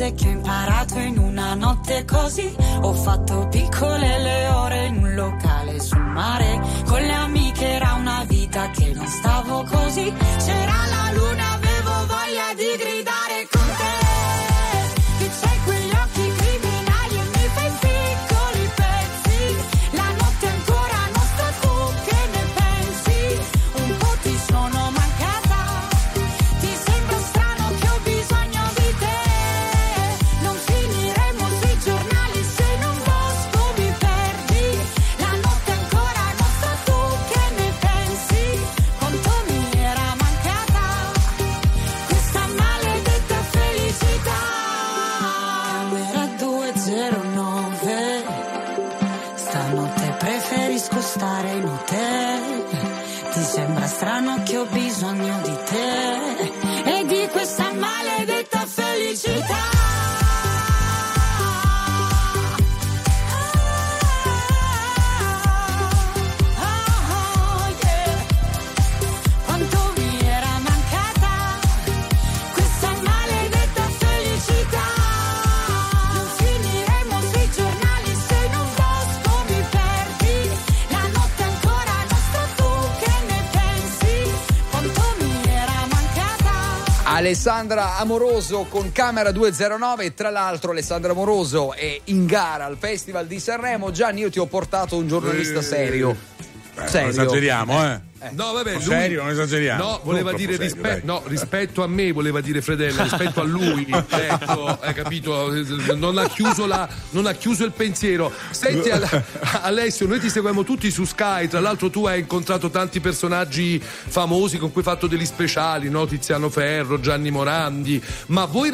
cose che ho imparato in una notte così. Ho fatto piccole le ore in un locale sul mare. Con le amiche era una vita che non stavo così. C'era la luna, avevo voglia di gridare con te. Che c'hai quegli occhi criminali e mi fai piccoli pezzi. La notte è ancora nostra, tu che ne pensi? Un po' ti sono mancata. Ti sembra strano che ho bisogno di te. Non finiremo sui giornali se in un bosco mi perdi. La notte è ancora nostra, tu che ne pensi? Quanto mi era mancata questa maledetta felicità. Camera 209. Stanotte preferisco stare in hotel. Ti sembra strano che ho bisogno di te e di questa maledetta felicità. Quanto mi era mancata questa maledetta felicità. Non finiremo sui giornali se in un bosco mi perdi. La notte è ancora nostra, tu che ne pensi? Quanto mi era mancata. Alessandra Amoroso con Camera 209. Tra l'altro Alessandra Amoroso è in gara al Festival di Sanremo. Gianni, io ti ho portato un giornalista serio. Non esageriamo, No, vabbè, lui, serio, non esageriamo. No, voleva Non dire troppo serio, dai. rispetto a me, voleva dire Fredella, rispetto a lui. Ecco, hai capito? Non ha chiuso il pensiero. Senti, Alessio, noi ti seguiamo tutti su Sky. Tra l'altro, tu hai incontrato tanti personaggi famosi con cui hai fatto degli speciali, no? Tiziano Ferro, Gianni Morandi. Ma vuoi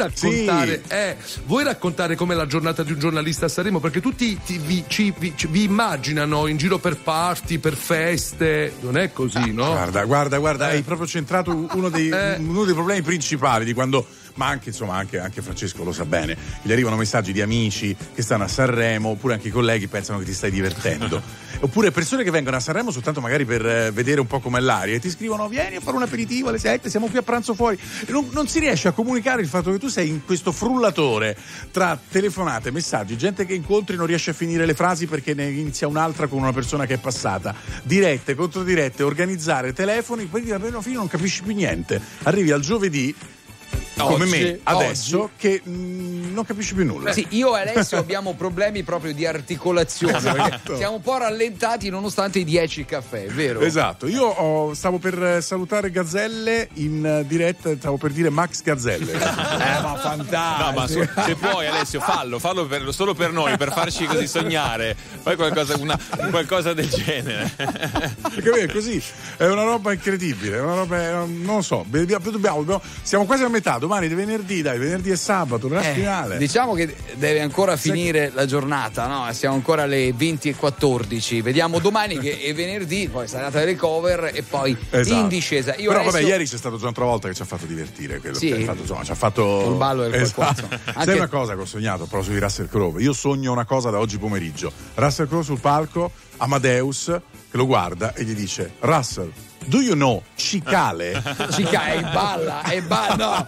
raccontare com'è la giornata di un giornalista a Sanremo? Perché tutti vi immaginano in giro per party, per feste. Non è così. No? Guarda, hai proprio centrato uno dei problemi principali di quando, ma anche insomma anche Francesco lo sa bene, gli arrivano messaggi di amici che stanno a Sanremo, oppure anche i colleghi pensano che ti stai divertendo, oppure persone che vengono a Sanremo soltanto magari per vedere un po' com'è l'aria e ti scrivono: vieni a fare un aperitivo alle 7, siamo qui a pranzo fuori. E non si riesce a comunicare il fatto che tu sei in questo frullatore tra telefonate, messaggi, gente che incontri non riesce a finire le frasi perché ne inizia un'altra con una persona che è passata, dirette, controdirette, organizzare telefoni, poi alla fine non capisci più niente, arrivi al giovedì come me adesso che non capisci più nulla. Sì, io e Alessio abbiamo problemi proprio di articolazione, esatto. Perché siamo un po' rallentati nonostante i 10 caffè, vero? Esatto, io stavo per salutare Gazzelle in diretta, stavo per dire Max Gazzelle. Ma fantastico. No, ma se puoi, Alessio, fallo solo per noi, per farci così sognare. Fai qualcosa del genere. Perché così è una roba incredibile, è una roba, non lo so, siamo quasi a metà. Domani è venerdì, venerdì e sabato, non è finale. Diciamo che deve ancora finire la giornata, no? Siamo ancora alle 20:14. Vediamo domani che è venerdì, poi sarà la recover e poi in discesa. Però vabbè, ieri c'è stato John Travolta che ci ha fatto divertire, quello sì. Che ci ha fatto il ballo del esatto. Sai una cosa che ho sognato proprio di Russell Crowe? Io sogno una cosa da oggi pomeriggio. Russell Crowe sul palco, Amadeus che lo guarda e gli dice: Russell, do you know Cicale? Cicale balla, no.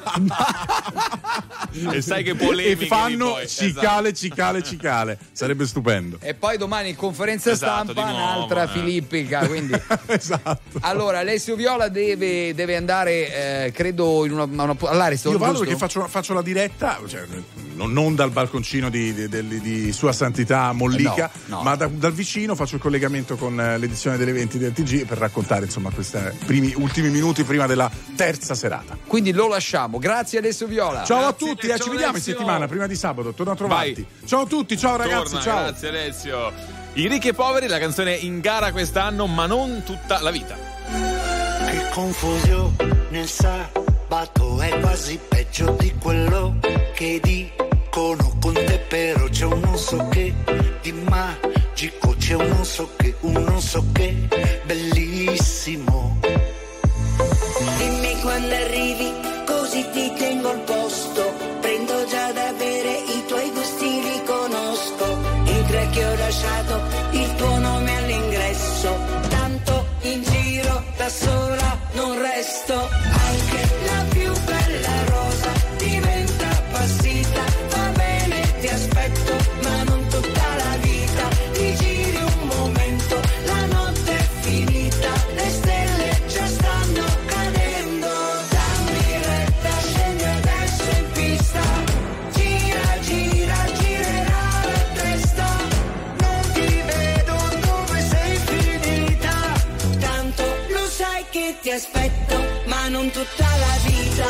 E sai che polemiche. E fanno poi, Cicale, esatto. Cicale. Sarebbe stupendo. E poi domani in conferenza stampa un'altra filippica. Quindi. Esatto. Allora, Alessio Viola deve andare, credo, in una all'Ariston. Io vado perché faccio la diretta, cioè, non dal balconcino di Sua Santità Mollica, no. ma dal vicino faccio il collegamento con l'edizione delle 20 del TG per raccontare insomma questi ultimi minuti prima della terza serata. Quindi lo lasciamo. Grazie Alessio Viola. Ciao a tutti, ci vediamo in settimana prima di sabato, torno a trovarti. Vai. Ciao a tutti, ciao ragazzi, ciao. Grazie Alessio. I ricchi e poveri, la canzone in gara quest'anno, ma non tutta la vita. Che confusione, sabato è quasi peggio di quello che dicono con te, però c'è un non so che di magico, c'è un non so che bellissimo. Dimmi quando arrivi, così ti tengo al posto. Prendo già da bere, i tuoi gusti li conosco. In tre che ho lasciato il tuo nome all'ingresso. Tanto in giro da sola non resto. Anche la più bella rosa diventa appassita. tutta la vita.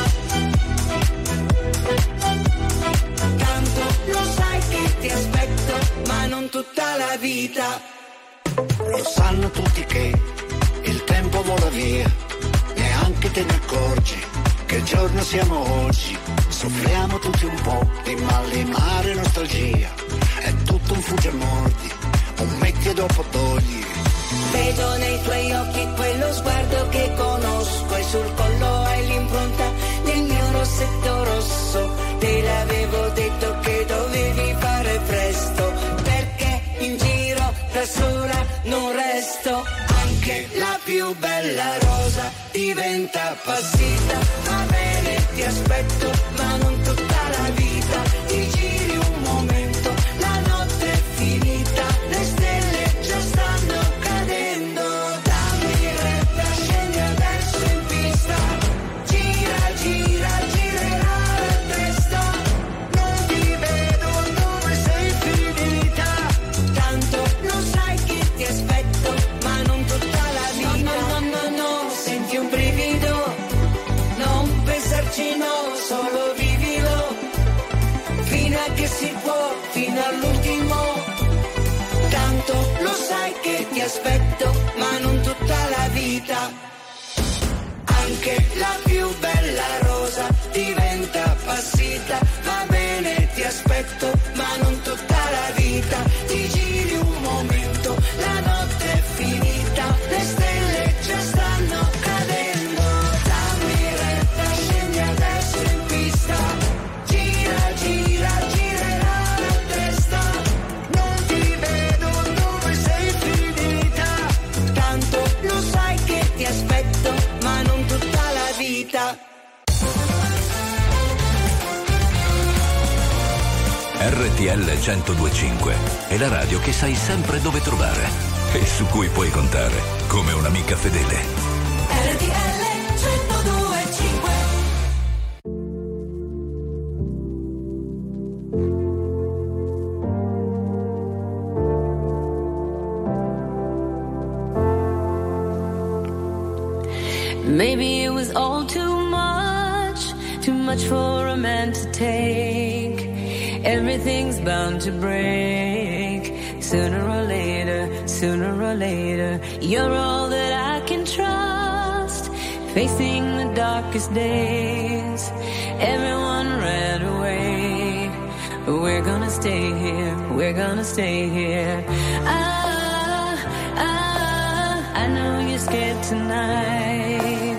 Tanto lo sai che ti aspetto, ma non tutta la vita. Lo sanno tutti che il tempo vola via, neanche te ne accorgi che giorno siamo oggi. Soffriamo tutti un po' di malinare e nostalgia, è tutto un fugge e mordi, un metti e dopo togli. Vedo nei tuoi occhi quello sguardo che conosco e sul collo hai l'impronta del mio rossetto rosso. Te l'avevo detto che dovevi fare presto, perché in giro da sola non resto. Anche la più bella rosa diventa passita, va bene ti aspetto ma non tutta la vita. Ti giri un momento, la notte è finita, le stelle già stanno cadendo. Dammi retta, scendi adesso in pista, gira, gira, girerà la testa. Non ti vedo dove sei finita, tanto lo sai che ti aspetto, ma non tutta la vita. No, no, no, no, senti un brivido, non pensarci no, solo vivilo, fino a che si può, fino all'ultimo. Tanto lo sai che ti aspetto, ma non tutta la vita. Anche la più bella rosa diventa appassita, va bene ti aspetto, ma non tutta la vita. Ti giri un momento, la notte è finita, le stelle già stanno cadendo. Dammi retta, scendi adesso in pista, gira, gira, girerà la testa. Non ti vedo dove sei finita, tanto lo sai che ti aspetto, ma non tutta la vita. RTL 102.5 è la radio che sai sempre dove trovare e su cui puoi contare come un'amica fedele. RTL 102.5. Maybe it was all too much for a man to take. Everything's bound to break. Sooner or later, you're all that I can trust. Facing the darkest days, everyone ran away. But we're gonna stay here. I know you're scared tonight.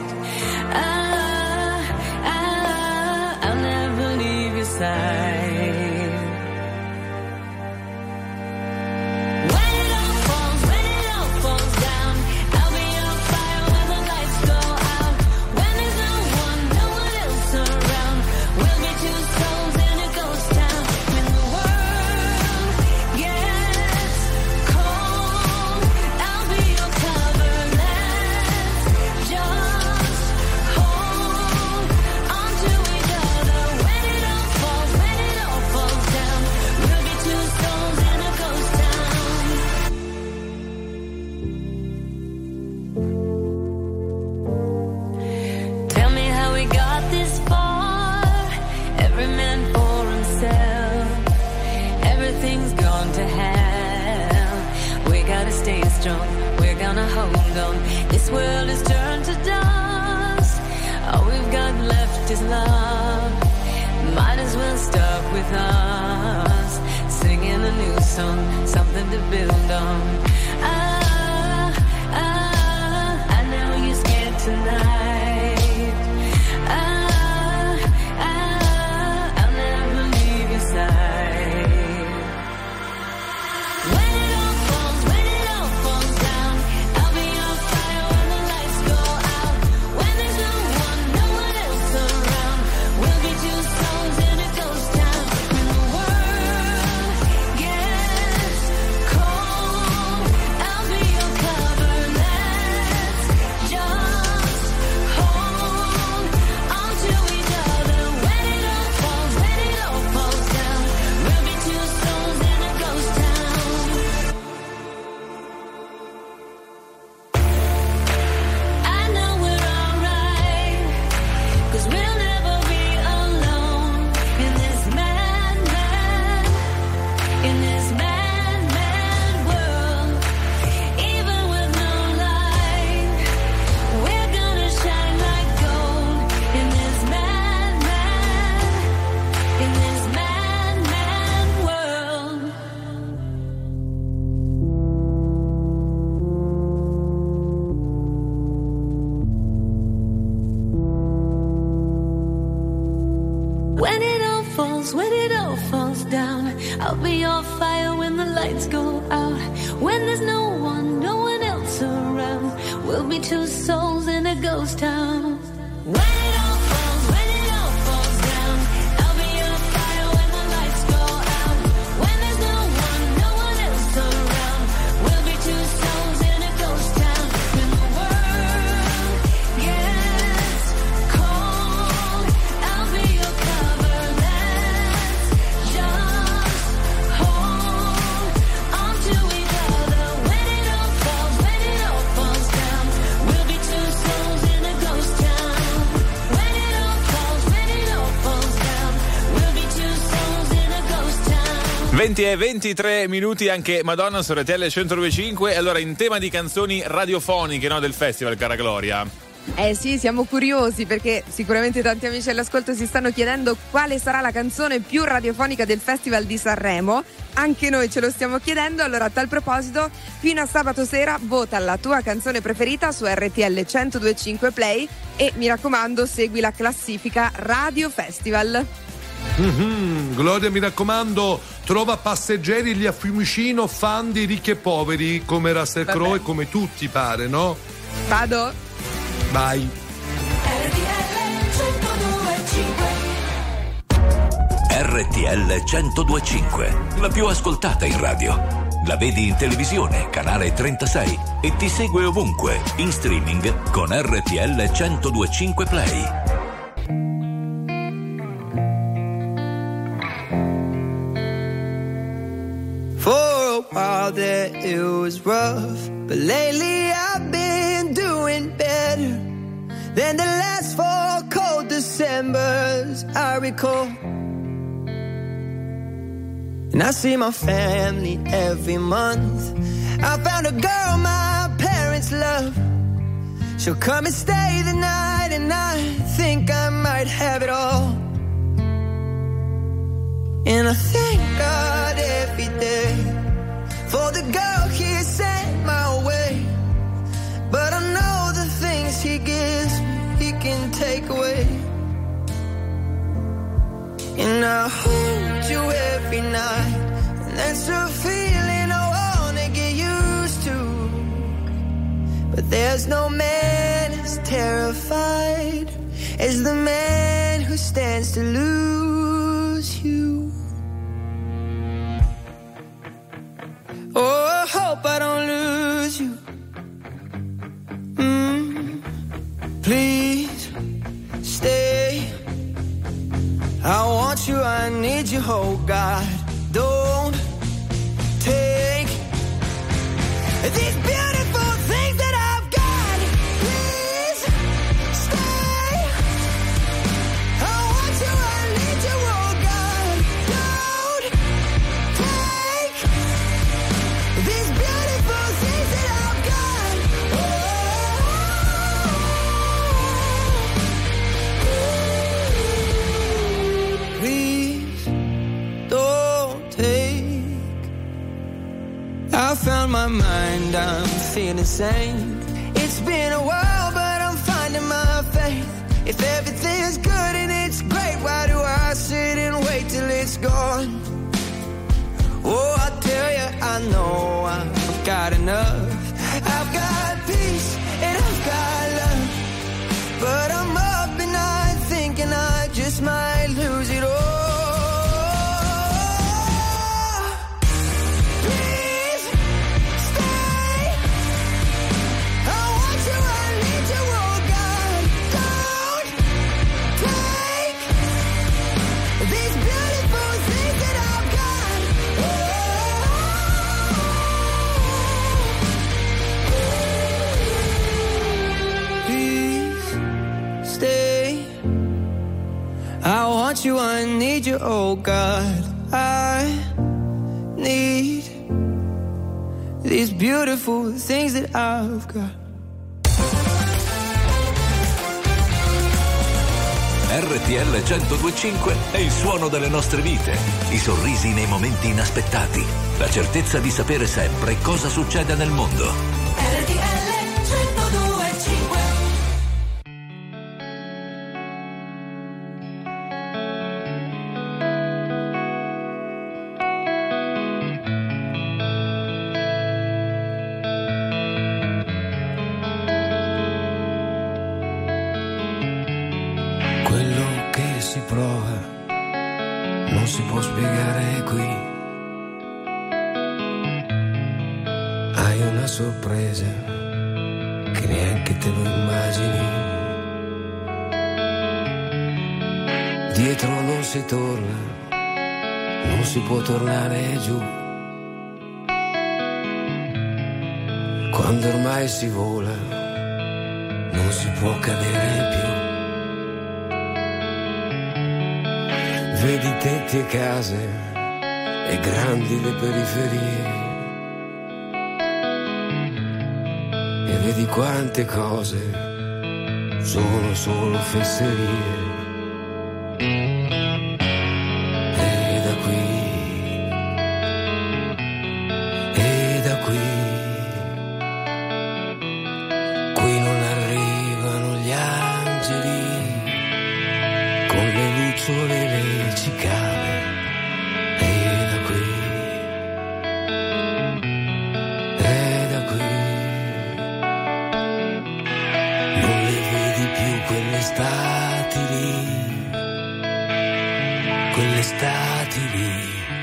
I'll never leave your side. We're gonna hold on. This world has turned to dust. All we've got left is love. Might as well start with us, singing a new song, something to build on. I know you're scared tonight. I'll never leave your side. I'll be I'll be your fire when the lights go out. When there's no one else around, we'll be two souls in a ghost town. When it all falls down, I'll be your fire when the lights go out. When there's no one else around, we'll be two souls in a ghost town. When the world gets cold, I'll be your cover. Let's just hold on to each other. When it all falls down, we'll be two souls in a ghost town. When it all falls down, we'll be two souls in a ghost town. 20 e 23 minuti anche Madonna su RTL 102.5. Allora, in tema di canzoni radiofoniche, no, del festival, cara Gloria. Eh sì, siamo curiosi perché sicuramente tanti amici all'ascolto si stanno chiedendo quale sarà la canzone più radiofonica del Festival di Sanremo. Anche noi ce lo stiamo chiedendo, allora a tal proposito fino a sabato sera vota la tua canzone preferita su RTL 102.5 Play e mi raccomando segui la classifica Radio Festival. Gloria, mi raccomando, trova passeggeri lì a Fiumicino, fan di Ricchi e Poveri come Russell Crowe e come tutti, pare, no? Vado? Vai. RTL 102.5, la più ascoltata in radio. La vedi in televisione, canale 36 e ti segue ovunque, in streaming con RTL 102.5 Play. For a while there it was rough, but lately I've been doing better than the last 4 cold Decembers I recall. And I see my family every month. I found a girl my parents love. She'll come and stay the night, and I think I might have it all. And I thank God every day for the girl He sent my way. But I know the things He gives me, He can take away. And I hold you every night, and that's a feeling I wanna get used to. But there's no man as terrified as the man who stands to lose you. Oh, I hope I don't lose you. Please stay. I want you, I need you, oh God. Don't take these beautiful things that I've got. Please stay. I want you, I need you, oh God. Don't take these beautiful things that I've got. Please don't take. I found my mind, I'm feeling sane. It's been a while, but I'm finding my faith. If everything's good and it's great, why do I sit and wait till it's gone? Oh, I tell you, I know I've got enough. I've got peace and I've got love. But I'm up at night thinking I just might lose it all. Please stay. I want you, I need you, oh God. Don't take these beautiful things that I've got. Please stay. I want you, I need you, oh God. I need these beautiful things that I've got. RTL 102.5 è il suono delle nostre vite, i sorrisi nei momenti inaspettati, la certezza di sapere sempre cosa succede nel mondo. RTL 102.5. si può spiegare qui. Hai una sorpresa che neanche te lo immagini. Dietro non si torna, non si può tornare giù. Quando ormai si vola, non si può cadere più. Vedi tetti e case e grandi le periferie, e vedi quante cose sono solo fesserie. E da qui non arrivano gli angeli con le lucciole e le cicale. E da qui non le vedi più quelle estati lì.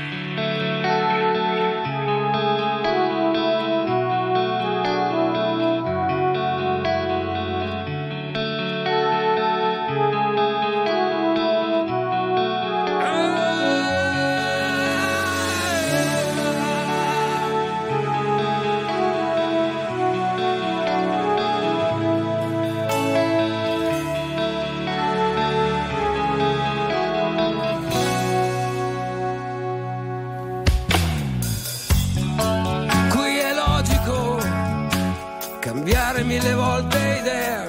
Cambiare 1000 volte idea,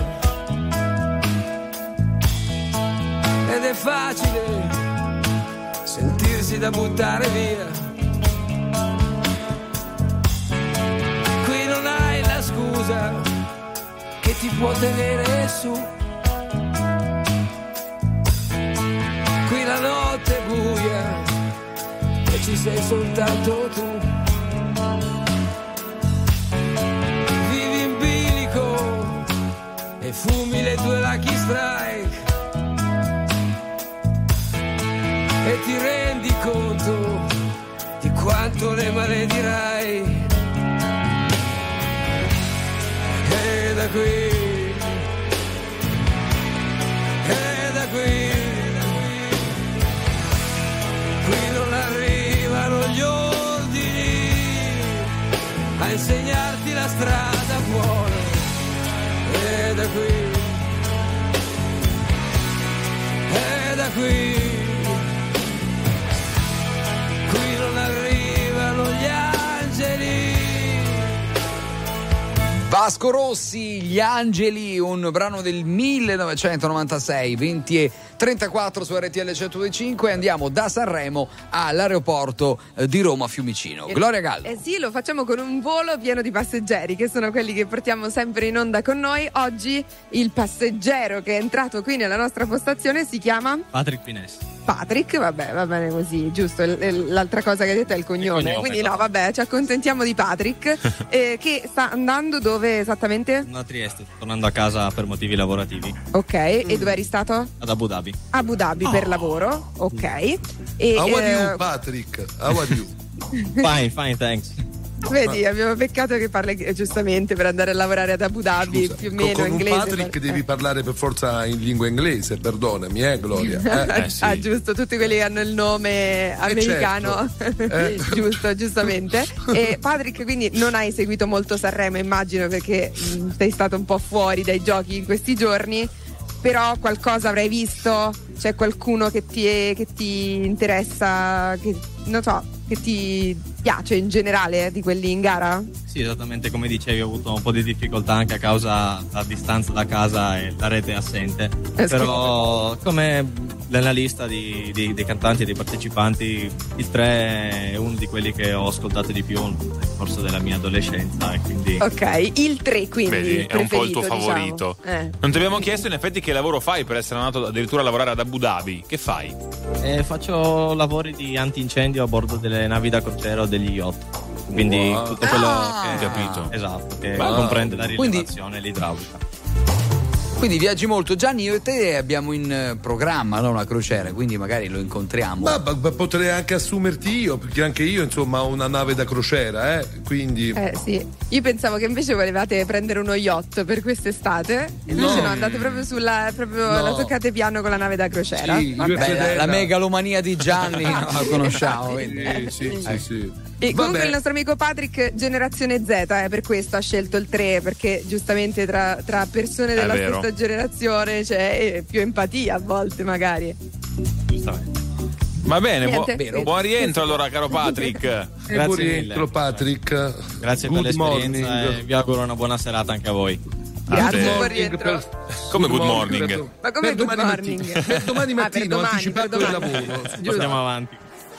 ed è facile sentirsi da buttare via. Qui non hai la scusa che ti può tenere su. Qui la notte è buia e ci sei soltanto tu. Fumi le tue Lucky Strike e ti rendi conto di quanto le maledirai. E da qui non arrivano gli ordini a insegnarti la strada buona. E da qui non arrivano gli angeli. Vasco Rossi, Gli Angeli, un brano del 1996, 20:34 su RTL 102.5. Andiamo da Sanremo all'aeroporto di Roma Fiumicino. Gloria Gallo. Sì, lo facciamo con un volo pieno di passeggeri, che sono quelli che portiamo sempre in onda con noi. Oggi il passeggero che è entrato qui nella nostra postazione si chiama Patrick Pines. Patrick, vabbè, va bene così, giusto. L'altra cosa che hai detto è il cognome. Quindi no, vabbè, ci accontentiamo di Patrick, che sta andando dove esattamente? A Trieste, tornando a casa per motivi lavorativi. Ok, e dove eri stato? Ad Abu Dhabi. Abu Dhabi per lavoro, ok. How are you, Patrick? How are you? Fine, thanks. Vedi, abbiamo peccato che parli giustamente per andare a lavorare ad Abu Dhabi. Scusa, più o meno con inglese. Con Patrick devi parlare per forza in lingua inglese, perdonami, Gloria. Sì. Ah, giusto, tutti quelli che hanno il nome americano. Certo. Giustamente. E Patrick, quindi non hai seguito molto Sanremo, immagino, perché sei stato un po' fuori dai giochi in questi giorni. Però qualcosa avrai visto? C'è qualcuno che ti interessa, che non so, che ti piace in generale di quelli in gara? Sì, esattamente come dicevi, ho avuto un po' di difficoltà anche a causa della distanza da casa e la rete assente. Però come nella lista dei cantanti e dei partecipanti, il 3 è uno di quelli che ho ascoltato di più nel corso della mia adolescenza, e quindi... Ok, il 3 quindi. Vedi, è un po' il tuo favorito. Diciamo. Non ti abbiamo chiesto in effetti che lavoro fai per essere andato addirittura a lavorare ad Abu Dhabi. Che fai? Faccio lavori di antincendio a bordo delle navi da crociera o degli yacht. Quindi tutto quello che capito. Esatto, che comprende la rilevazione e l'idraulica. Quindi viaggi molto. Gianni, io e te abbiamo in programma, no, una crociera, quindi magari lo incontriamo. Ma potrei anche assumerti io, perché anche io insomma ho una nave da crociera, quindi. Sì, io pensavo che invece volevate prendere uno yacht per quest'estate, invece no, andate proprio la toccate piano con la nave da crociera. Sì, la megalomania di Gianni non la conosciamo. Sì. E comunque il nostro amico Patrick generazione Z, per questo ha scelto il 3, perché giustamente tra persone della stessa generazione c'è più empatia a volte magari. Giustamente. Va bene, buon rientro allora, caro Patrick. Grazie buon rientro mille. Patrick. Grazie per l'esperienza e vi auguro una buona serata anche a voi. Grazie, buon rientro. Come good morning? Ma come good morning? Per domani mattina ho anticipato il lavoro. Andiamo avanti.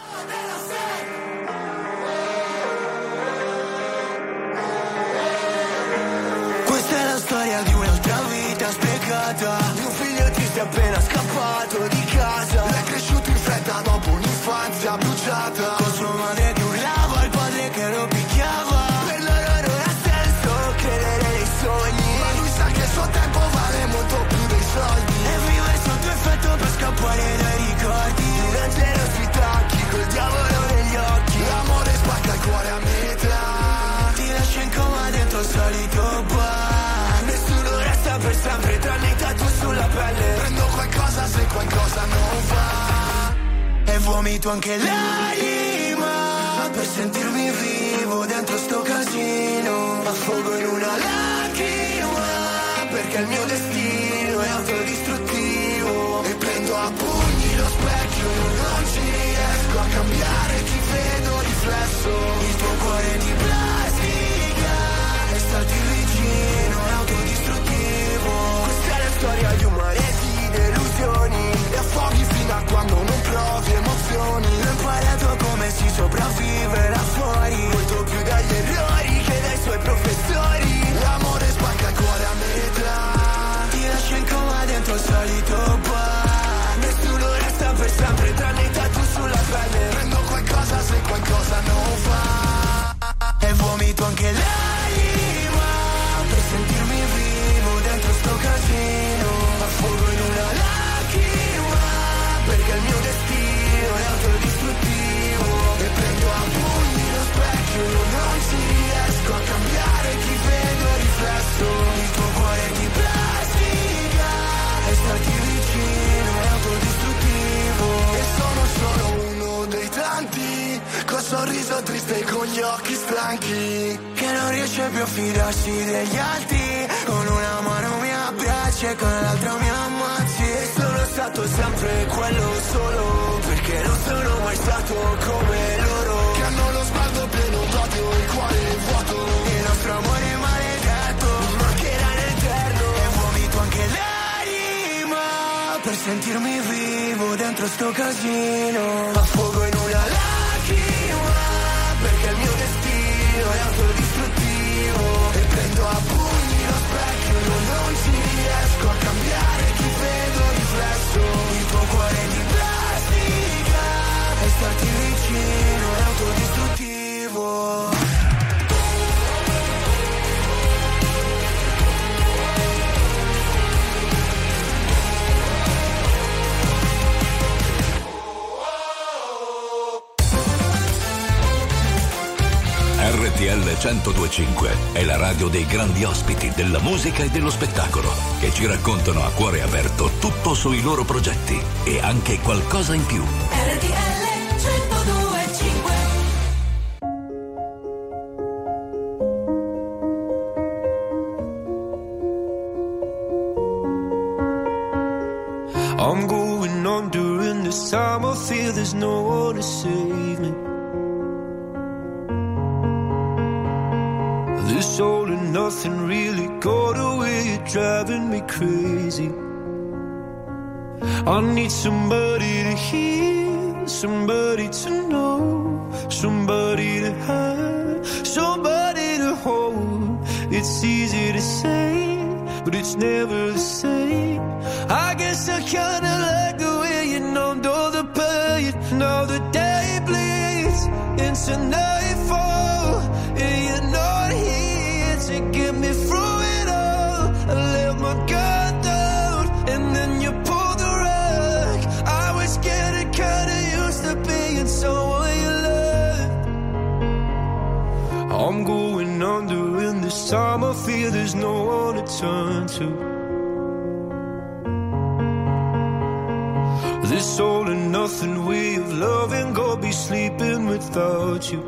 Questa è la storia di un'altra vita spiegata, di un figlio triste appena scappato di casa. È cresciuto in fretta dopo un'infanzia bruciata, con sua madre che urlava, il padre che lo picchiava. Per loro non ha senso credere nei sogni, ma lui sa che il suo tempo vale molto più dei soldi. E vive sotto effetto per scappare dai ricordi di una generosità, chi col diavolo negli occhi. L'amore spacca il cuore a metà, ti lascia in coma dentro il solito bar. Per sempre tranne i tattoo sulla pelle. Prendo qualcosa se qualcosa non va e vomito anche l'anima per sentirmi vivo dentro sto casino. Affogo in una lacrima perché il mio destino è autodistruttivo. E prendo a pugni lo specchio, non ci riesco a cambiare chi vedo riflesso. Il tuo cuore di plastica e starti vicino è autodistruttivo. Questa è la storia di un mare di delusioni e affoghi fino a quando non provi emozioni. Ho imparato come si sopravvive là fuori, molto più dagli errori che dai suoi professori. L'amore spacca il cuore a metà, ti lascia in coma dentro il solito bar. Nessuno resta per sempre tranne i tattoo sulla pelle. Prendo qualcosa se qualcosa non va e vomito anche l'anima per sentirmi vivo dentro sto casino. Affogo in una lacrima perché il mio destino è autodistruttivo. E prendo a pugni lo specchio, non ci riesco a cambiare chi vedo riflesso. Il tuo cuore di plastica e starti vicino è autodistruttivo. E sono solo uno dei tanti col sorriso triste e con gli occhi stanchi, che non riesce più a fidarsi degli altri. Con una mano mi abbracci e con l'altra mi ammazzi. E sono stato sempre quello solo, perché non sono mai stato come loro, che hanno lo sguardo pieno d'odio, il cuore vuoto. Il nostro amore è maledetto, mancherà nell'eterno. E vomito anche l'anima per sentirmi vivo dentro sto casino. Affogo in una lacrima perché il mio destino è autodistruttivo. E prendo a pugni lo specchio, non ci riesco a cambiare chi vedo riflesso. Il tuo cuore di plastica e starti vicino è autodistruttivo. RTL 102.5 è la radio dei grandi ospiti della musica e dello spettacolo, che ci raccontano a cuore aperto tutto sui loro progetti e anche qualcosa in più. RTL 102.5. I'm going on during this time. I feel there's no one to save me. This all and nothing really got away, you're driving me crazy. I need somebody to hear, somebody to know, somebody to have, somebody to hold. It's easy to say, but it's never the same. I guess I kinda like the way you numbed all the pain. Now the day bleeds into nightfall, and you're not here to get me through it all. I let my guard down. I'm going under, and this time I fear there's no one to turn to. This all and nothing way of loving, go be sleeping without you.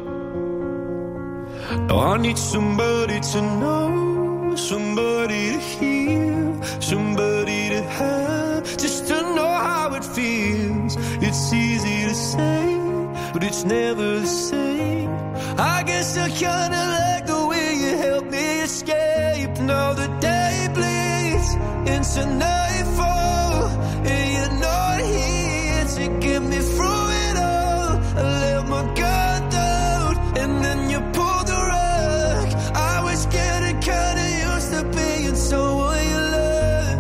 Now I need somebody to know, somebody to hear, somebody to have, just to know how it feels. It's easy to say, but it's never the same. I guess I kinda like the way you help me escape. Now the day bleeds into nightfall, and you're not here to get me through it all. I let my guard down, and then you pulled the rug. I was getting kinda used to being someone you love,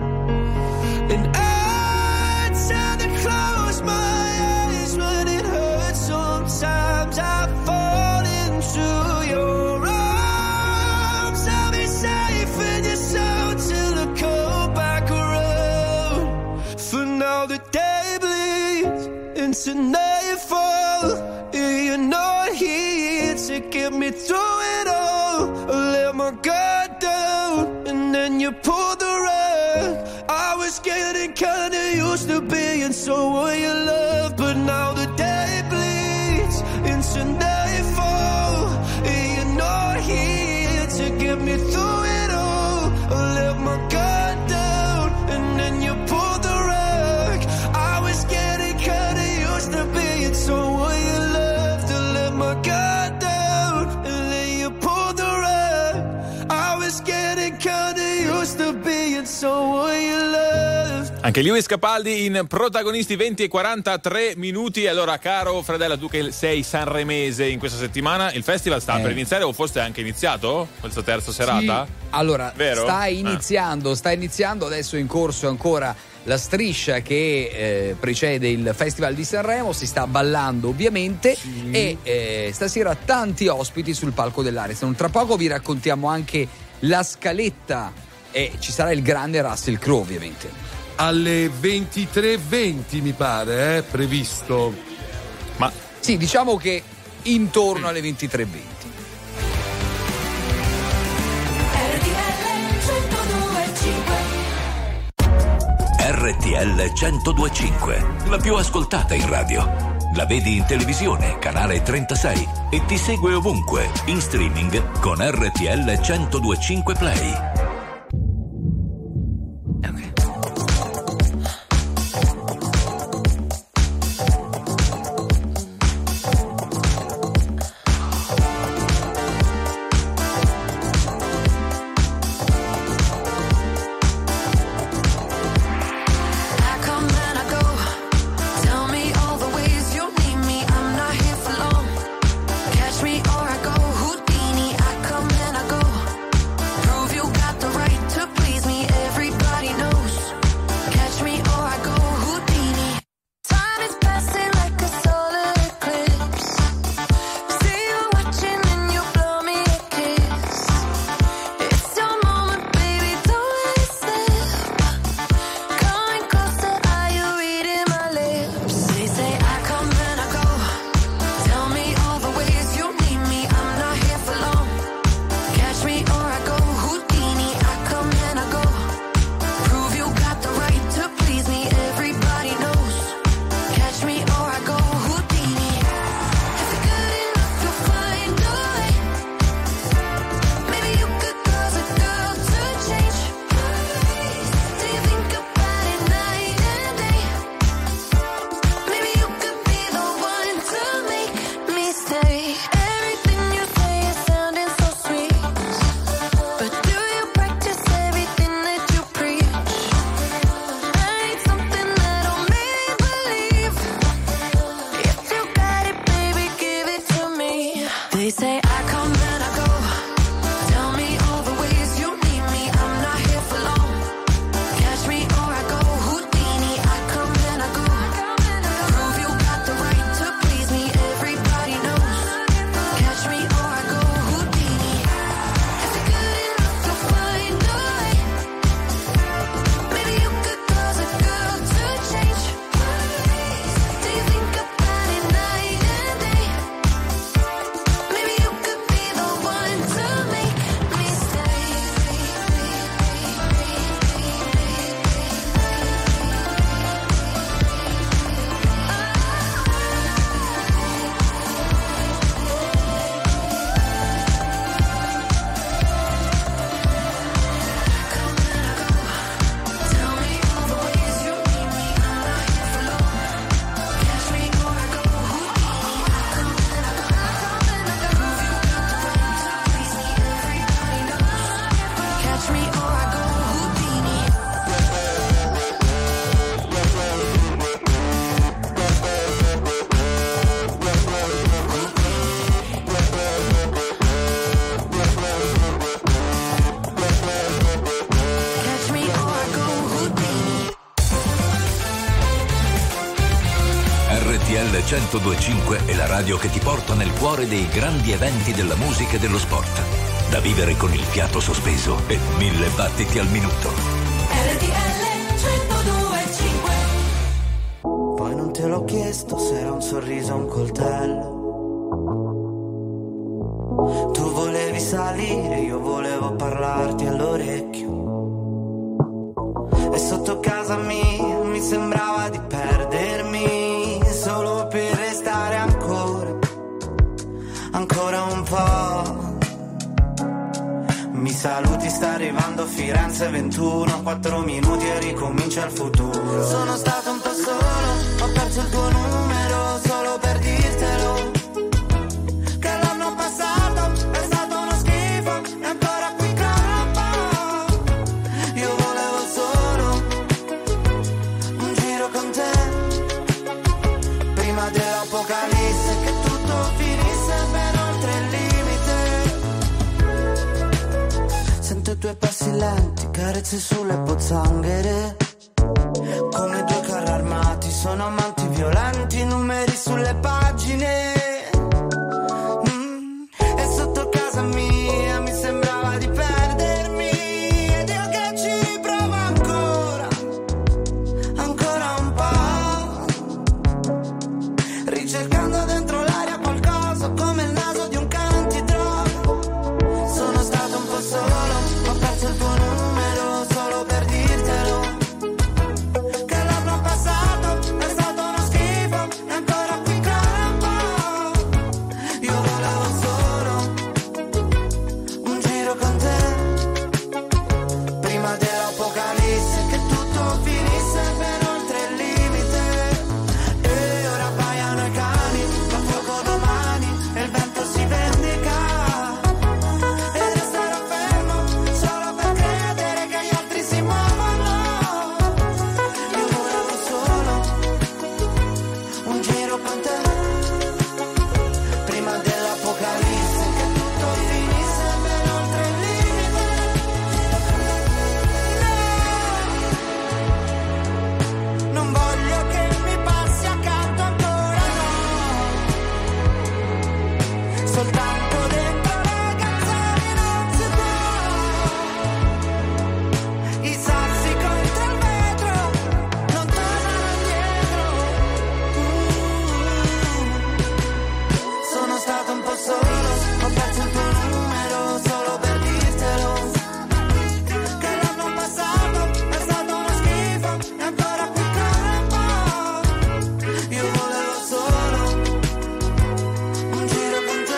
and I tend to close my eyes when it hurts. Sometimes I fall into your arms. I'll be safe in your soul till I come back around. For now the day bleeds into nightfall, and you're not here to get me through it all. I let my guard down, and then you pulled the rug. I was getting kinda used to being someone you love, but now the day bleeds into nightfall, and you're not here to get me through it all. I let my guard down, and then you pulled the rug. I was getting kinda used to being someone you loved. To let my guard down, and then you pulled the rug. I was getting kinda used to being someone you loved. Anche Lewis Capaldi in protagonisti, 20 e 43 minuti. Allora, caro Fredella, tu che sei sanremese in questa settimana, il festival sta per iniziare o forse è anche iniziato? Questa terza serata? Sì. Allora, vero? sta iniziando, adesso è in corso ancora la striscia che precede il Festival di Sanremo, si sta ballando ovviamente, e stasera tanti ospiti sul palco dell'Ariston. Tra poco vi raccontiamo anche la scaletta e ci sarà il grande Russell Crowe ovviamente. Alle 23:20 mi pare, previsto. Ma sì, diciamo che intorno alle 23:20. RTL 102.5, la più ascoltata in radio. La vedi in televisione, canale 36, e ti segue ovunque, in streaming con RTL 102.5 Play. 102.5 è la radio che ti porta nel cuore dei grandi eventi della musica e dello sport. Da vivere con il fiato sospeso e 1000 battiti al minuto. RTL 102.5. Poi non te l'ho chiesto se era un sorriso o un coltello. Tu volevi salire, io volevo parlarti all'orecchio. E sotto casa mia mi sembrava di perdermi, solo per restare ancora un po'. Mi saluti, sta arrivando Firenze 21, 4 minuti e ricomincia il futuro. Sono stato un po' solo, ho perso il tuo numero solo per dirtelo. Che l'anno passato è stato uno schifo e ancora qui campo. Io volevo solo un giro con te, prima dell'apocalisse, che tutto finisse ben oltre il limite. Sento i tuoi passi lenti, carezze sulle pozzanghere, come due carri armati, sono amanti violenti, numeri sulle pagine. E sotto casa mia mi sembrava di perdermi, ed io che ci riprovo ancora un po', ricercando dentro l'aria qualcosa come il naso di un cane antidroga. Sono stato un po' solo, ho perso il tuo numero solo per dirtelo. Che l'anno passato è stato uno schifo e ancora qui campo. Io volevo solo un giro con te, prima dell'apocalisse, che tutto finisse ben oltre il limite. E ora baiano i cani, fa fuoco domani e il vento si vendica. E resterò fermo solo per credere che gli altri si muovono. Io volevo solo un giro con te, prima dell'apocalisse, che tutto finisse ben oltre il limite. No, non voglio che mi passi accanto ancora, no. Soltanto dentro le canzoni non si può. I sassi contro il vetro non tornano indietro. Sono stato un po' solo, ho perso il tuo numero solo per dirtelo. Che l'anno passato è stato uno schifo e ancora qui campo. Io volevo solo un giro con te,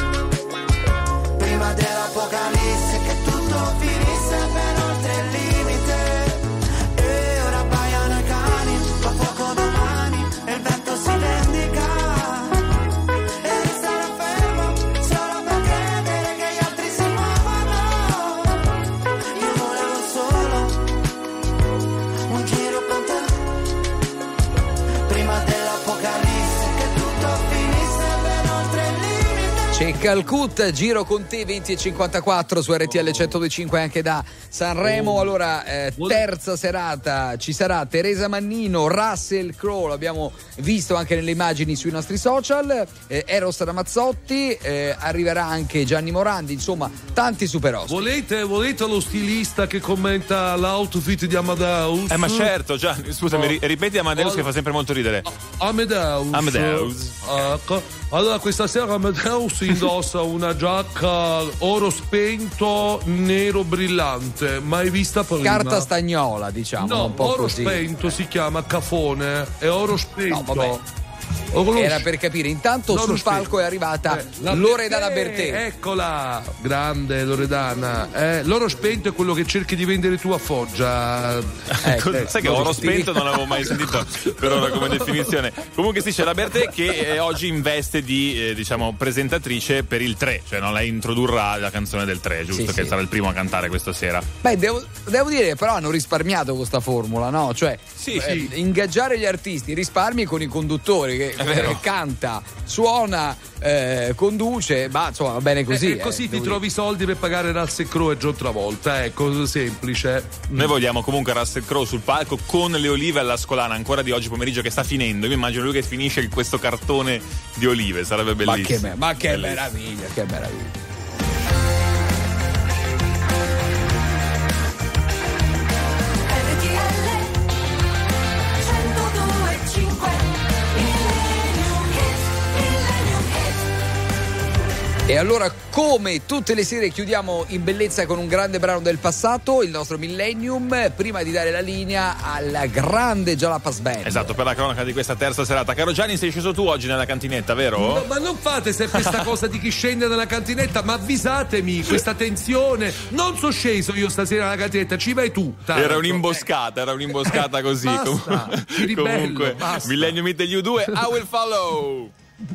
prima dell'apocalisse, che tutto finisse ben oltre il limite. E ora baiano i cani, fa fuoco domani e il vento si vendica. E resterò fermo solo per credere che gli altri si muovono. Io volevo solo un giro con te, prima dell'apocalisse, che tutto finisse ben oltre il limite. C'è Calcutta, giro con te 20:54 su RTL 102.5 anche da Sanremo. Allora, terza serata ci sarà Teresa Mannino, Russell Crowe, l'abbiamo visto anche nelle immagini sui nostri social, Eros Ramazzotti, arriverà anche Gianni Morandi, insomma tanti super ospiti. Volete lo stilista che commenta l'outfit di Amadeus? Ma certo, Gianni, scusami, ripeti Amadeus che fa sempre molto ridere. Amadeus. Ecco. Allora, questa sera Amadeus indossa una giacca oro spento nero brillante, mai vista prima. Carta stagnola, diciamo, No, un po' oro così. spento si chiama cafone, è oro spento. No, vabbè. Era per capire. Intanto L'oro sul spento. palco è arrivata Loredana Bertè. Eccola, grande Loredana. L'oro spento è quello che cerchi di vendere tu a Foggia. Sai che oro spento non l'avevo mai sentito per ora come definizione. Comunque sì, c'è la Bertè che oggi investe di diciamo presentatrice per il 3, cioè non lei introdurrà la canzone del 3, giusto? Sì, che sarà il primo a cantare questa sera. Beh, devo dire, però hanno risparmiato questa formula, no? Cioè, ingaggiare gli artisti, risparmi con i conduttori, che canta, suona, conduce, ma insomma va bene così. E così ti trovi soldi per pagare Russell Crowe e John Travolta, ecco, semplice. Noi vogliamo comunque Russell Crowe sul palco con le olive all'ascolana ancora di oggi pomeriggio che sta finendo. Io immagino lui che finisce questo cartone di olive, sarebbe bellissimo. Ma che meraviglia, che meraviglia. E allora, come tutte le sere, chiudiamo in bellezza con un grande brano del passato, il nostro Millennium, prima di dare la linea alla grande Jalapas Band. Esatto, per la cronaca di questa terza serata. Caro Gianni, sei sceso tu oggi nella cantinetta, vero? No, ma non fate sempre questa cosa di chi scende nella cantinetta, ma avvisatemi, questa tensione. Non sono sceso io stasera nella cantinetta, ci vai tu. Tanto. Era un'imboscata così. Basta, Comunque, basta. Millennium Hit degli U2, I Will Follow.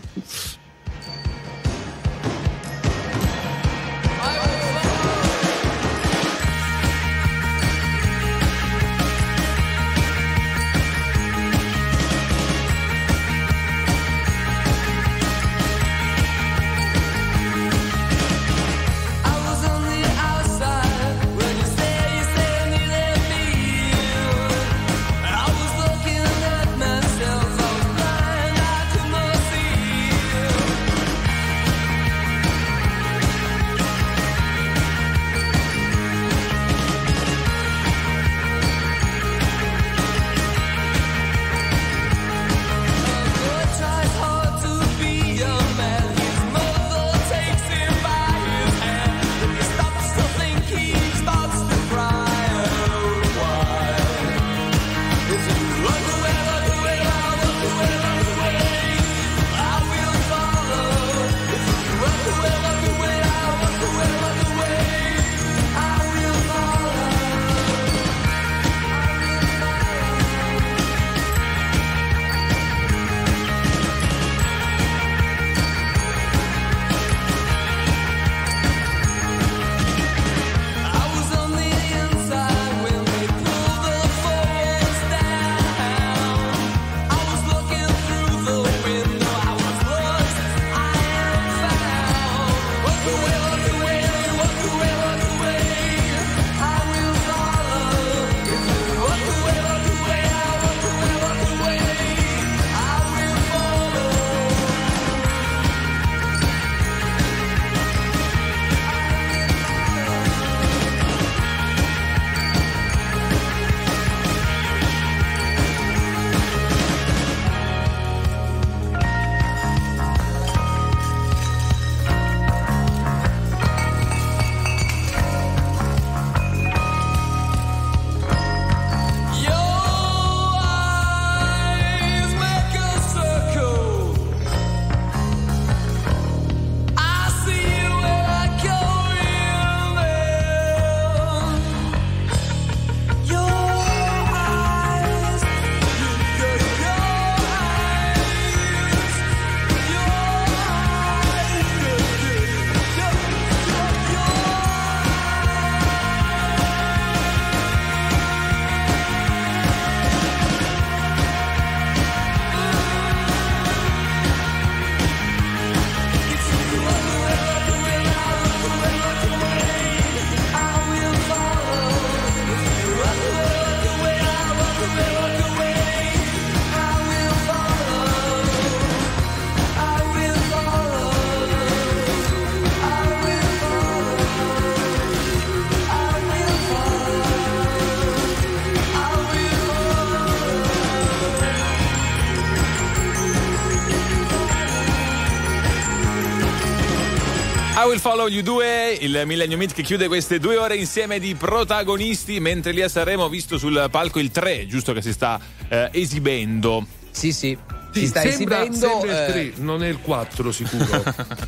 I Will Follow You 2, il Millennium Hit che chiude queste 2 ore insieme di protagonisti, mentre lì a Sanremo ho visto sul palco il 3, giusto, che si sta esibendo. Sì, si sta sembra esibendo. il 3, non è il 4 sicuro.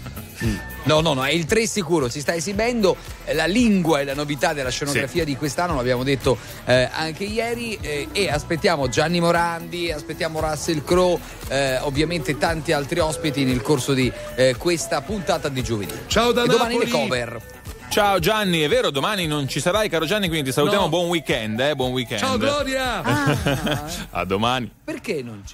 No, è il 3 sicuro, si sta esibendo. La lingua e la novità della scenografia di quest'anno, l'abbiamo detto anche ieri, e aspettiamo Gianni Morandi, aspettiamo Russell Crowe, ovviamente tanti altri ospiti nel corso di questa puntata di giovedì. Ciao da e domani Napoli. le cover. Ciao Gianni, è vero, domani non ci sarai, caro Gianni, quindi ti salutiamo. No. Buon weekend, buon weekend. Ciao Gloria. A domani. Perché non c'è?